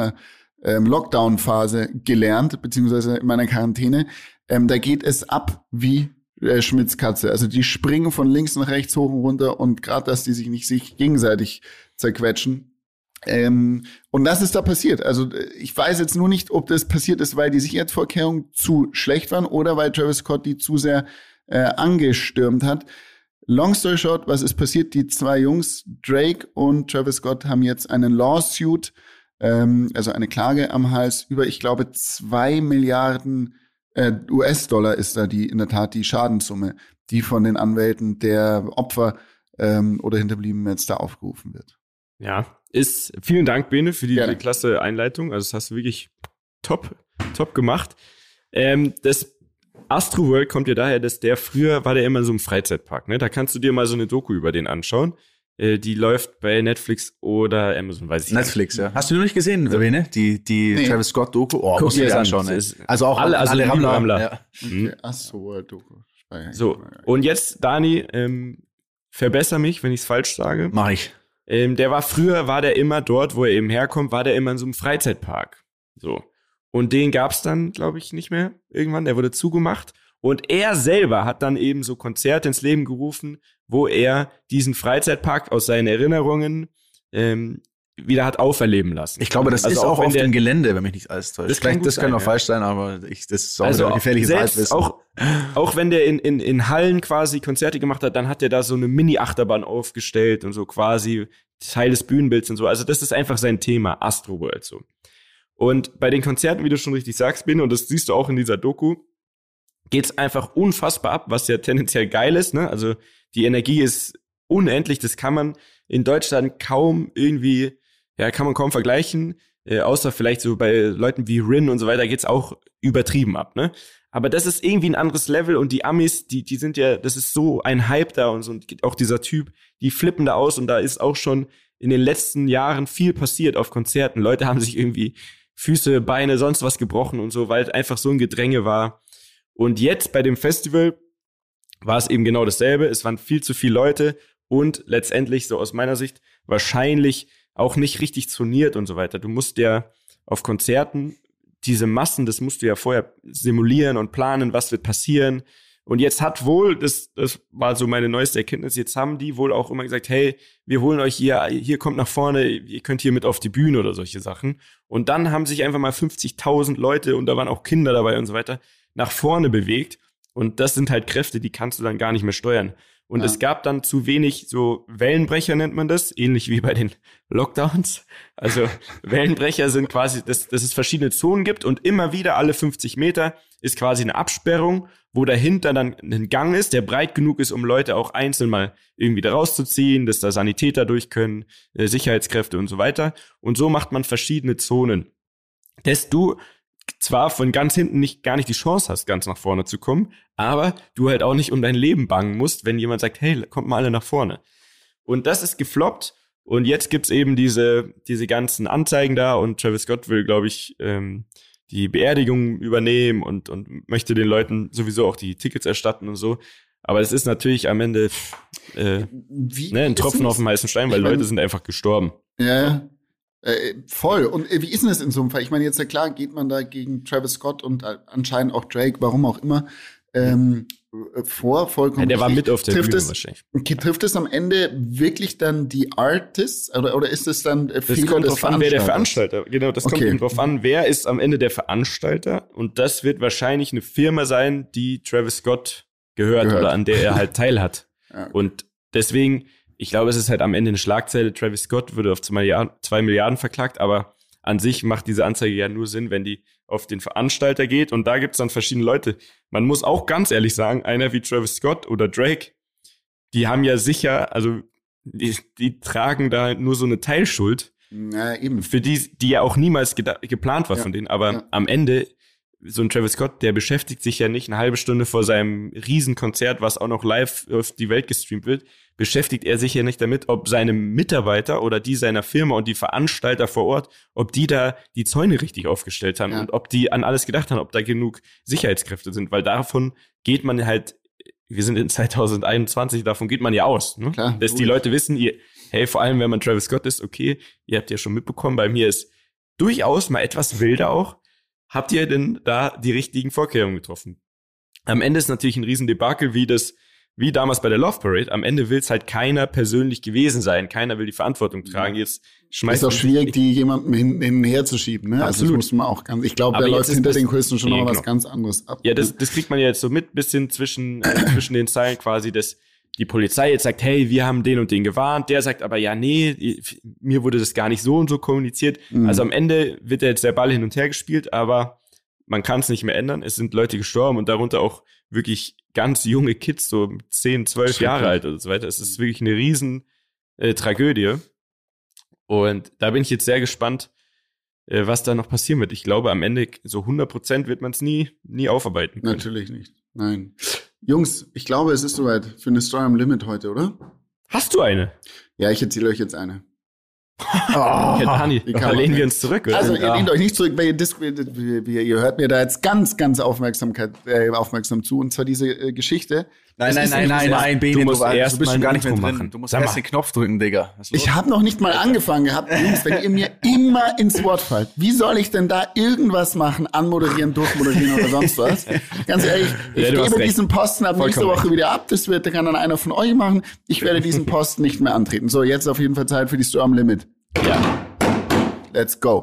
Speaker 2: Corona-Lockdown-Phase gelernt, beziehungsweise in meiner Quarantäne. Ähm, da geht es ab wie äh, Schmitz Katze. Also die springen von links nach rechts hoch und runter und gerade, dass die sich nicht sich gegenseitig zerquetschen. Ähm, und das ist da passiert. Also äh, ich weiß jetzt nur nicht, ob das passiert ist, weil die Sicherheitsvorkehrungen zu schlecht waren oder weil Travis Scott die zu sehr äh, angestürmt hat. Long story short, was ist passiert? Die zwei Jungs, Drake und Travis Scott, haben jetzt einen Lawsuit, ähm, also eine Klage am Hals über, ich glaube, zwei Milliarden Äh, U S-Dollar ist da die in der Tat die Schadenssumme, die von den Anwälten der Opfer ähm, oder Hinterbliebenen jetzt da aufgerufen wird.
Speaker 1: Ja, ist vielen Dank, Bene, für die,
Speaker 2: Gerne.
Speaker 1: die klasse Einleitung. Also das hast du wirklich top, top gemacht. Ähm, das Astroworld kommt ja daher, dass der früher war der immer in so einem Freizeitpark. Ne? Da kannst du dir mal so eine Doku über den anschauen. Äh, die läuft bei Netflix oder Amazon, weiß ich nicht.
Speaker 3: Netflix, ja. Hast du noch nicht gesehen, Bene? Die, die
Speaker 2: Nee.
Speaker 3: Travis Scott-Doku? Oh,
Speaker 1: Guck
Speaker 3: musst du
Speaker 1: dir
Speaker 3: dir
Speaker 1: das
Speaker 3: anschauen.
Speaker 1: an.
Speaker 3: Ey.
Speaker 1: Das ist-
Speaker 3: Also auch
Speaker 1: alle-
Speaker 3: alle,
Speaker 1: also
Speaker 3: alle
Speaker 1: liebe
Speaker 3: Rammler.
Speaker 1: Rammler.
Speaker 3: Ja.
Speaker 1: Mhm.
Speaker 2: Okay. Astroworld-Doku.
Speaker 1: So, und jetzt, Dani, ähm, verbessere mich, wenn ich es falsch sage.
Speaker 3: Mach ich.
Speaker 1: Ähm, der war früher, war der immer dort, wo er eben herkommt, war der immer in so einem Freizeitpark. So. Und den gab's dann, glaube ich, nicht mehr irgendwann. Der wurde zugemacht. Und er selber hat dann eben so Konzerte ins Leben gerufen, wo er diesen Freizeitpark aus seinen Erinnerungen ähm, wieder hat auferleben lassen.
Speaker 3: Ich glaube, das
Speaker 1: Also
Speaker 3: ist auch
Speaker 1: wenn
Speaker 3: auf
Speaker 1: der-
Speaker 3: dem Gelände, wenn mich nicht alles täuscht.
Speaker 1: Das kann
Speaker 3: Vielleicht,
Speaker 1: gut
Speaker 3: das kann
Speaker 1: sein,
Speaker 3: auch
Speaker 1: ja.
Speaker 3: falsch sein, aber ich, das ist auch
Speaker 1: Also
Speaker 3: wieder gefährliches
Speaker 1: selbst
Speaker 3: Halbwissen.
Speaker 1: auch, auch wenn der in, in, in Hallen quasi Konzerte gemacht hat, dann hat er da so eine Mini-Achterbahn aufgestellt und so quasi Teil des Bühnenbilds und so. Also das ist einfach sein Thema, Astroworld so. Und bei den Konzerten, wie du schon richtig sagst, Bin, und das siehst du auch in dieser Doku, geht's einfach unfassbar ab, was ja tendenziell geil ist, ne? Also die Energie ist unendlich, das kann man in Deutschland kaum irgendwie, ja, kann man kaum vergleichen, äh, außer vielleicht so bei Leuten wie Rin und so weiter geht's auch übertrieben ab, ne? Aber das ist irgendwie ein anderes Level und die Amis, die, die sind ja, das ist so ein Hype da und so, und auch dieser Typ, die flippen da aus und da ist auch schon in den letzten Jahren viel passiert auf Konzerten. Leute haben sich irgendwie Füße, Beine, sonst was gebrochen und so, weil einfach so ein Gedränge war. Und jetzt bei dem Festival war es eben genau dasselbe. Es waren viel zu viele Leute und letztendlich, so aus meiner Sicht, wahrscheinlich auch nicht richtig zoniert und so weiter. Du musst ja auf Konzerten diese Massen, das musst du ja vorher simulieren und planen, was wird passieren. Und jetzt hat wohl, das, das war so meine neueste Erkenntnis, jetzt haben die wohl auch immer gesagt, hey, wir holen euch hier, hier kommt nach vorne, ihr könnt hier mit auf die Bühne oder solche Sachen. Und dann haben sich einfach mal fünfzigtausend Leute, und da waren auch Kinder dabei und so weiter, nach vorne bewegt. Und das sind halt Kräfte, die kannst du dann gar nicht mehr steuern. Und
Speaker 2: Ja.
Speaker 1: es gab dann zu wenig so Wellenbrecher, nennt man das, ähnlich wie bei den Lockdowns. Also Wellenbrecher sind quasi, dass, dass es verschiedene Zonen gibt und immer wieder alle fünfzig Meter ist quasi eine Absperrung, wo dahinter dann ein Gang ist, der breit genug ist, um Leute auch einzeln mal irgendwie da rauszuziehen, dass da Sanitäter durch können, äh, Sicherheitskräfte und so weiter. Und so macht man verschiedene Zonen, dass du zwar von ganz hinten nicht gar nicht die Chance hast, ganz nach vorne zu kommen, aber du halt auch nicht um dein Leben bangen musst, wenn jemand sagt, hey, kommt mal alle nach vorne. Und das ist gefloppt und jetzt gibt's eben diese diese ganzen Anzeigen da und Travis Scott will, glaube ich, ähm, die Beerdigung übernehmen und und möchte den Leuten sowieso auch die Tickets erstatten und so. Aber es ist natürlich am Ende äh,
Speaker 2: Wie
Speaker 1: ne, ein
Speaker 2: ist
Speaker 1: Tropfen
Speaker 2: denn
Speaker 1: auf dem heißen Stein, weil
Speaker 2: Ich mein-
Speaker 1: Leute sind einfach gestorben.
Speaker 2: Ja, ja. Äh, voll. Und äh, wie ist denn das in so einem Fall? Ich meine, jetzt ja klar, geht man da gegen Travis Scott und äh, anscheinend auch Drake, warum auch immer, ähm, äh, vor, vollkommen
Speaker 1: Ja, der war
Speaker 2: richtig.
Speaker 1: mit auf der
Speaker 2: trifft
Speaker 1: Bühne
Speaker 2: es,
Speaker 1: wahrscheinlich.
Speaker 2: Okay, trifft es am Ende wirklich dann die Artists oder, oder ist es dann äh,
Speaker 1: Das
Speaker 2: Fehler
Speaker 1: kommt
Speaker 2: des
Speaker 1: drauf an, wer der
Speaker 2: Veranstalters?
Speaker 1: Veranstalter. Genau, das kommt
Speaker 2: Okay.
Speaker 1: eben drauf an, wer ist am Ende der Veranstalter. Und das wird wahrscheinlich eine Firma sein, die Travis Scott gehört,
Speaker 2: Gehört.
Speaker 1: oder an der er halt teil hat.
Speaker 2: Ja.
Speaker 1: Und deswegen, ich glaube, es ist halt am Ende eine Schlagzeile. Travis Scott würde auf zwei Milliarden, zwei Milliarden verklagt, aber an sich macht diese Anzeige ja nur Sinn, wenn die auf den Veranstalter geht. Und da gibt's dann verschiedene Leute. Man muss auch ganz ehrlich sagen, einer wie Travis Scott oder Drake, die haben ja sicher, also die, die tragen da nur so eine Teilschuld,
Speaker 2: Na, eben.
Speaker 1: für die, die ja auch niemals geda- geplant war
Speaker 2: Ja,
Speaker 1: von denen. Aber
Speaker 2: ja.
Speaker 1: am Ende, so ein Travis Scott, der beschäftigt sich ja nicht eine halbe Stunde vor seinem Riesenkonzert, was auch noch live auf die Welt gestreamt wird, beschäftigt er sich ja nicht damit, ob seine Mitarbeiter oder die seiner Firma und die Veranstalter vor Ort, ob die da die Zäune richtig aufgestellt haben
Speaker 2: Ja.
Speaker 1: und ob die an alles gedacht haben, ob da genug Sicherheitskräfte sind. Weil davon geht man halt, wir sind in zwanzig einundzwanzig, davon geht man ja aus. Ne?
Speaker 2: Klar,
Speaker 1: Dass die
Speaker 2: logisch.
Speaker 1: Leute wissen, ihr, hey, vor allem wenn man Travis Scott ist, okay, ihr habt ja schon mitbekommen, bei mir ist durchaus mal etwas wilder auch. Habt ihr denn da die richtigen Vorkehrungen getroffen? Am Ende ist natürlich ein Riesendebakel, wie das, wie damals bei der Love Parade. Am Ende will es halt keiner persönlich gewesen sein. Keiner will die Verantwortung tragen. Jetzt schmeißt
Speaker 2: Ist auch schwierig, die jemandem hin, hinher zu schieben. Ne? Also das
Speaker 1: Absolut.
Speaker 2: muss man auch ganz. Ich glaube,
Speaker 1: Aber
Speaker 2: da
Speaker 1: jetzt
Speaker 2: läuft
Speaker 1: ist
Speaker 2: hinter
Speaker 1: das-
Speaker 2: den Kulissen schon
Speaker 1: Nee,
Speaker 2: noch
Speaker 1: genau.
Speaker 2: was ganz anderes ab.
Speaker 1: Ja, das, das kriegt man ja jetzt so mit, bisschen zwischen, äh, zwischen den Zeilen quasi, dass die Polizei jetzt sagt, hey, wir haben den und den gewarnt. Der sagt aber, ja, nee, mir wurde das gar nicht so und so kommuniziert.
Speaker 2: Mhm.
Speaker 1: Also am Ende wird ja jetzt der Ball hin und her gespielt, aber man kann es nicht mehr ändern. Es sind Leute gestorben und darunter auch wirklich ganz junge Kids, so zehn, zwölf Jahre alt und so weiter. Es ist wirklich eine riesen äh, Tragödie. Und da bin ich jetzt sehr gespannt, äh, was da noch passieren wird. Ich glaube, am Ende so hundert Prozent wird man es nie, nie aufarbeiten können.
Speaker 2: Natürlich nicht. Nein. Jungs, ich glaube, es ist soweit für eine Story am Limit heute, oder?
Speaker 1: Hast du eine?
Speaker 2: Ja, ich erzähle euch jetzt eine.
Speaker 1: Oh, ja, Dani, da lehnen wir uns zurück. Oder?
Speaker 2: Also, ihr
Speaker 1: ja.
Speaker 2: lehnt euch nicht zurück, weil ihr, dis- ihr, ihr hört mir da jetzt ganz, ganz Aufmerksamkeit, äh, aufmerksam zu. Und zwar diese äh, Geschichte.
Speaker 3: Nein, nein, nein, nein, nein, Bene,
Speaker 1: du musst
Speaker 3: du,
Speaker 1: erst
Speaker 3: du bist
Speaker 1: mal
Speaker 3: schon gar
Speaker 1: ein
Speaker 3: nicht mehr
Speaker 1: Intro
Speaker 3: drin.
Speaker 1: machen.
Speaker 3: Du musst
Speaker 1: Sag
Speaker 3: erst
Speaker 1: mal.
Speaker 3: den Knopf drücken, Digga. Was ist los?
Speaker 2: Ich habe noch nicht mal angefangen gehabt, Jungs, wenn ihr mir immer ins Wort fallt. Wie soll ich denn da irgendwas machen, anmoderieren, durchmoderieren oder sonst was? Ganz ehrlich, ich
Speaker 1: Ja, du hast
Speaker 2: gebe
Speaker 1: recht.
Speaker 2: diesen Posten ab nächste
Speaker 1: Vollkommen
Speaker 2: Woche wieder ab. Das wird, kann dann einer von euch machen. Ich werde diesen Posten nicht mehr antreten. So, jetzt auf jeden Fall Zeit für die Story am Limit.
Speaker 1: Ja.
Speaker 2: Let's go.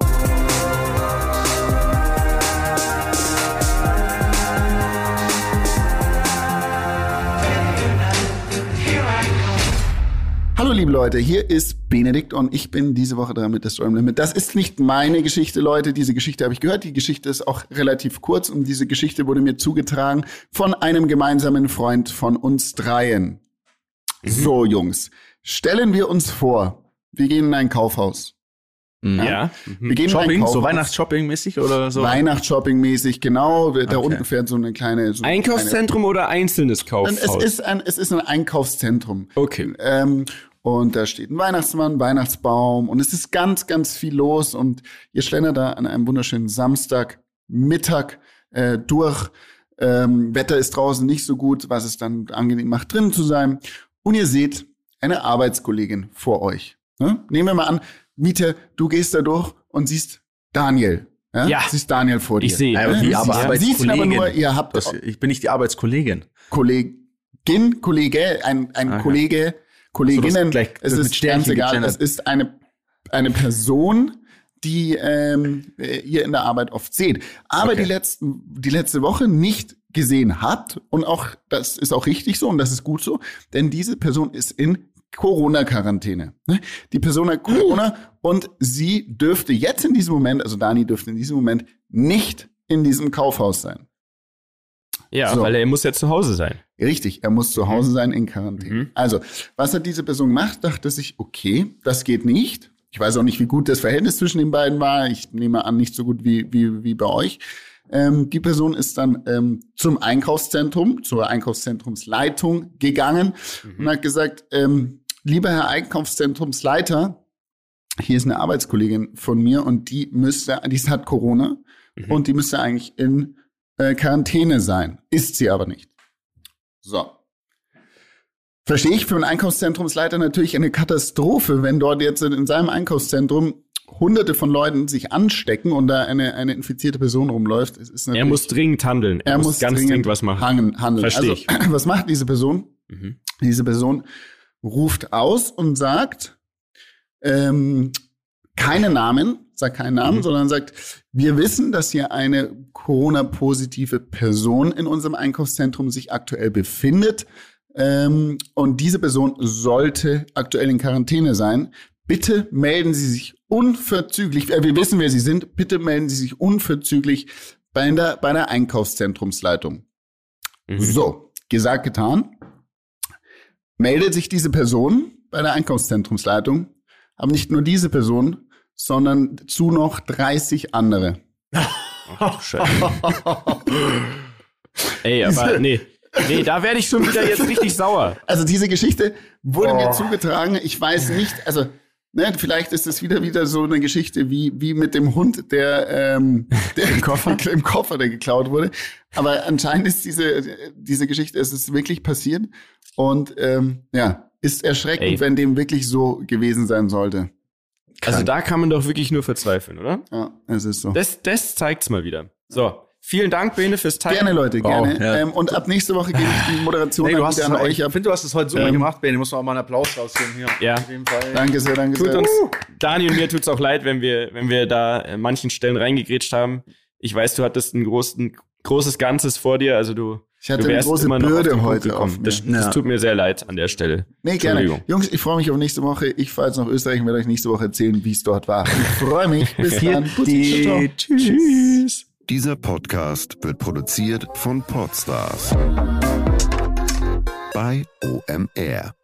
Speaker 2: Hallo liebe Leute, hier ist Benedikt und ich bin diese Woche dran mit der Story am Limit. Das ist nicht meine Geschichte, Leute. Diese Geschichte habe ich gehört. Die Geschichte ist auch relativ kurz und diese Geschichte wurde mir zugetragen von einem gemeinsamen Freund von uns dreien. Mhm. So, Jungs, stellen wir uns vor, wir gehen in ein Kaufhaus.
Speaker 1: Ja. ja.
Speaker 2: Wir gehen
Speaker 3: Shopping,
Speaker 2: in ein Kaufhaus.
Speaker 3: so Weihnachtsshopping-mäßig oder so?
Speaker 2: Weihnachtsshopping-mäßig, genau. Da
Speaker 3: Okay.
Speaker 2: unten fährt so eine kleine... So
Speaker 1: Einkaufszentrum oder einzelnes
Speaker 2: kleine,
Speaker 1: Kaufhaus?
Speaker 2: es, ist ein, es ist ein Einkaufszentrum.
Speaker 1: Okay.
Speaker 2: Ähm, und da steht ein Weihnachtsmann, Weihnachtsbaum und es ist ganz, ganz viel los und ihr schlendert da an einem wunderschönen Samstagmittag äh, durch. Ähm, Wetter ist draußen nicht so gut, was es dann angenehm macht, drinnen zu sein. Und ihr seht eine Arbeitskollegin vor euch. Ne? Nehmen wir mal an, Miete, du gehst da durch und siehst Daniel. Ja?
Speaker 1: Ja.
Speaker 2: Siehst Daniel vor dir.
Speaker 1: Ich sehe.
Speaker 3: Ja,
Speaker 2: Ne?
Speaker 3: wie,
Speaker 2: Du
Speaker 3: aber
Speaker 2: siehst- siehst ihn aber nur, ihr habt
Speaker 3: Das, ich bin nicht die Arbeitskollegin.
Speaker 2: Kollegin, Kollege, ein, ein
Speaker 3: Okay.
Speaker 2: Kollege, Kolleginnen,
Speaker 3: So, das gleich-
Speaker 2: es
Speaker 3: das mit
Speaker 2: ist
Speaker 3: Sternchen
Speaker 2: ganz egal,
Speaker 3: gegendert.
Speaker 2: es ist eine, eine Person, die ähm, ihr in der Arbeit oft seht, aber
Speaker 3: Okay.
Speaker 2: die letzten, die letzte Woche nicht gesehen hat und auch, das ist auch richtig so und das ist gut so, denn diese Person ist in Corona-Quarantäne. Ne? Die Person hat Corona und sie dürfte jetzt in diesem Moment, also Dani dürfte in diesem Moment nicht in diesem Kaufhaus sein.
Speaker 1: Ja,
Speaker 2: So.
Speaker 1: weil er muss ja zu Hause sein.
Speaker 2: Richtig, er muss zu Hause sein in Quarantäne.
Speaker 1: Mhm.
Speaker 2: Also, was hat diese Person gemacht? Dachte sich, okay, das geht nicht. Ich weiß auch nicht, wie gut das Verhältnis zwischen den beiden war. Ich nehme an, nicht so gut wie, wie, wie bei euch. Ähm, die Person ist dann ähm, zum Einkaufszentrum, zur Einkaufszentrumsleitung gegangen
Speaker 1: Mhm.
Speaker 2: und hat gesagt, ähm, lieber Herr Einkaufszentrumsleiter, hier ist eine Arbeitskollegin von mir und die müsste, die hat Corona
Speaker 1: Mhm.
Speaker 2: und die müsste eigentlich in äh, Quarantäne sein. Ist sie aber nicht. So. Verstehe ich für einen Einkaufszentrumsleiter natürlich eine Katastrophe, wenn dort jetzt in seinem Einkaufszentrum Hunderte von Leuten sich anstecken und da eine, eine infizierte Person rumläuft. Es ist
Speaker 1: Er
Speaker 2: natürlich-
Speaker 1: muss dringend handeln. Er,
Speaker 2: er
Speaker 1: muss,
Speaker 2: muss
Speaker 1: ganz dringend was machen.
Speaker 2: hangen- handeln.
Speaker 1: Verstehe
Speaker 2: Also,
Speaker 1: ich.
Speaker 2: was macht diese Person?
Speaker 1: Mhm.
Speaker 2: Diese Person ruft aus und sagt, ähm, keine Namen, sagt keinen Namen,
Speaker 1: Mhm.
Speaker 2: sondern sagt, wir wissen, dass hier eine Corona-positive Person in unserem Einkaufszentrum sich aktuell befindet. Ähm, und diese Person sollte aktuell in Quarantäne sein. Bitte melden Sie sich unverzüglich, äh, wir wissen, wer Sie sind, bitte melden Sie sich unverzüglich bei der, bei der Einkaufszentrumsleitung.
Speaker 1: Mhm.
Speaker 2: So, gesagt, getan. Meldet sich diese Person bei der Einkaufszentrumsleitung, aber nicht nur diese Person, sondern zu noch dreißig andere.
Speaker 1: Ach, du Scheiße. Ey, aber nee. Nee, da werde ich schon wieder jetzt richtig sauer.
Speaker 2: Also diese Geschichte wurde
Speaker 3: Oh.
Speaker 2: mir zugetragen. Ich weiß nicht, also ne, vielleicht ist es wieder wieder so eine Geschichte wie wie mit dem Hund, der, ähm, der
Speaker 1: Im Koffer?
Speaker 2: im Koffer, der geklaut wurde. Aber anscheinend ist diese diese Geschichte, es ist wirklich passiert und ähm, ja, ist erschreckend,
Speaker 1: Ey.
Speaker 2: wenn dem wirklich so gewesen sein sollte.
Speaker 1: Also da kann man doch wirklich nur verzweifeln, oder?
Speaker 2: Ja, es ist so.
Speaker 1: Das, das zeigt's mal wieder. So, vielen Dank, Bene, fürs Teilen.
Speaker 2: Gerne, Leute,
Speaker 3: Wow,
Speaker 2: gerne.
Speaker 3: ja.
Speaker 2: Ähm, und ab nächste Woche gebe ich die Moderation
Speaker 3: Nee,
Speaker 2: dann
Speaker 3: du hast
Speaker 2: wieder
Speaker 3: es,
Speaker 2: an
Speaker 3: ich
Speaker 2: euch ab.
Speaker 3: finde, du hast es heute super
Speaker 2: Ähm,
Speaker 3: gemacht, Bene. Muss man auch mal einen Applaus rausgeben hier.
Speaker 1: Ja.
Speaker 3: Auf jeden Fall.
Speaker 2: Danke sehr, danke
Speaker 1: Tut
Speaker 2: sehr.
Speaker 1: uns, Dani und mir tut's auch leid, wenn wir, wenn wir da an manchen Stellen reingegrätscht haben. Ich weiß, du hattest ein, groß, ein großes Ganzes vor dir, also du,
Speaker 2: Ich hatte
Speaker 1: du
Speaker 2: eine
Speaker 1: wärst
Speaker 2: große
Speaker 1: immer noch auf
Speaker 2: Bürde
Speaker 1: den Punkt
Speaker 2: heute
Speaker 1: gekommen.
Speaker 2: auf mir.
Speaker 1: Das, das
Speaker 3: Ja.
Speaker 1: tut mir sehr leid an der Stelle.
Speaker 2: Nee, gerne.
Speaker 1: Entschuldigung.
Speaker 2: Jungs, ich freue mich auf nächste Woche. Ich fahre jetzt nach Österreich und werde euch nächste Woche erzählen, wie es dort war. Ich freue mich. Bis dann. Bussi, ciao, ciao.
Speaker 1: Tschüss.
Speaker 4: Dieser Podcast wird produziert von Podstars bei O M R.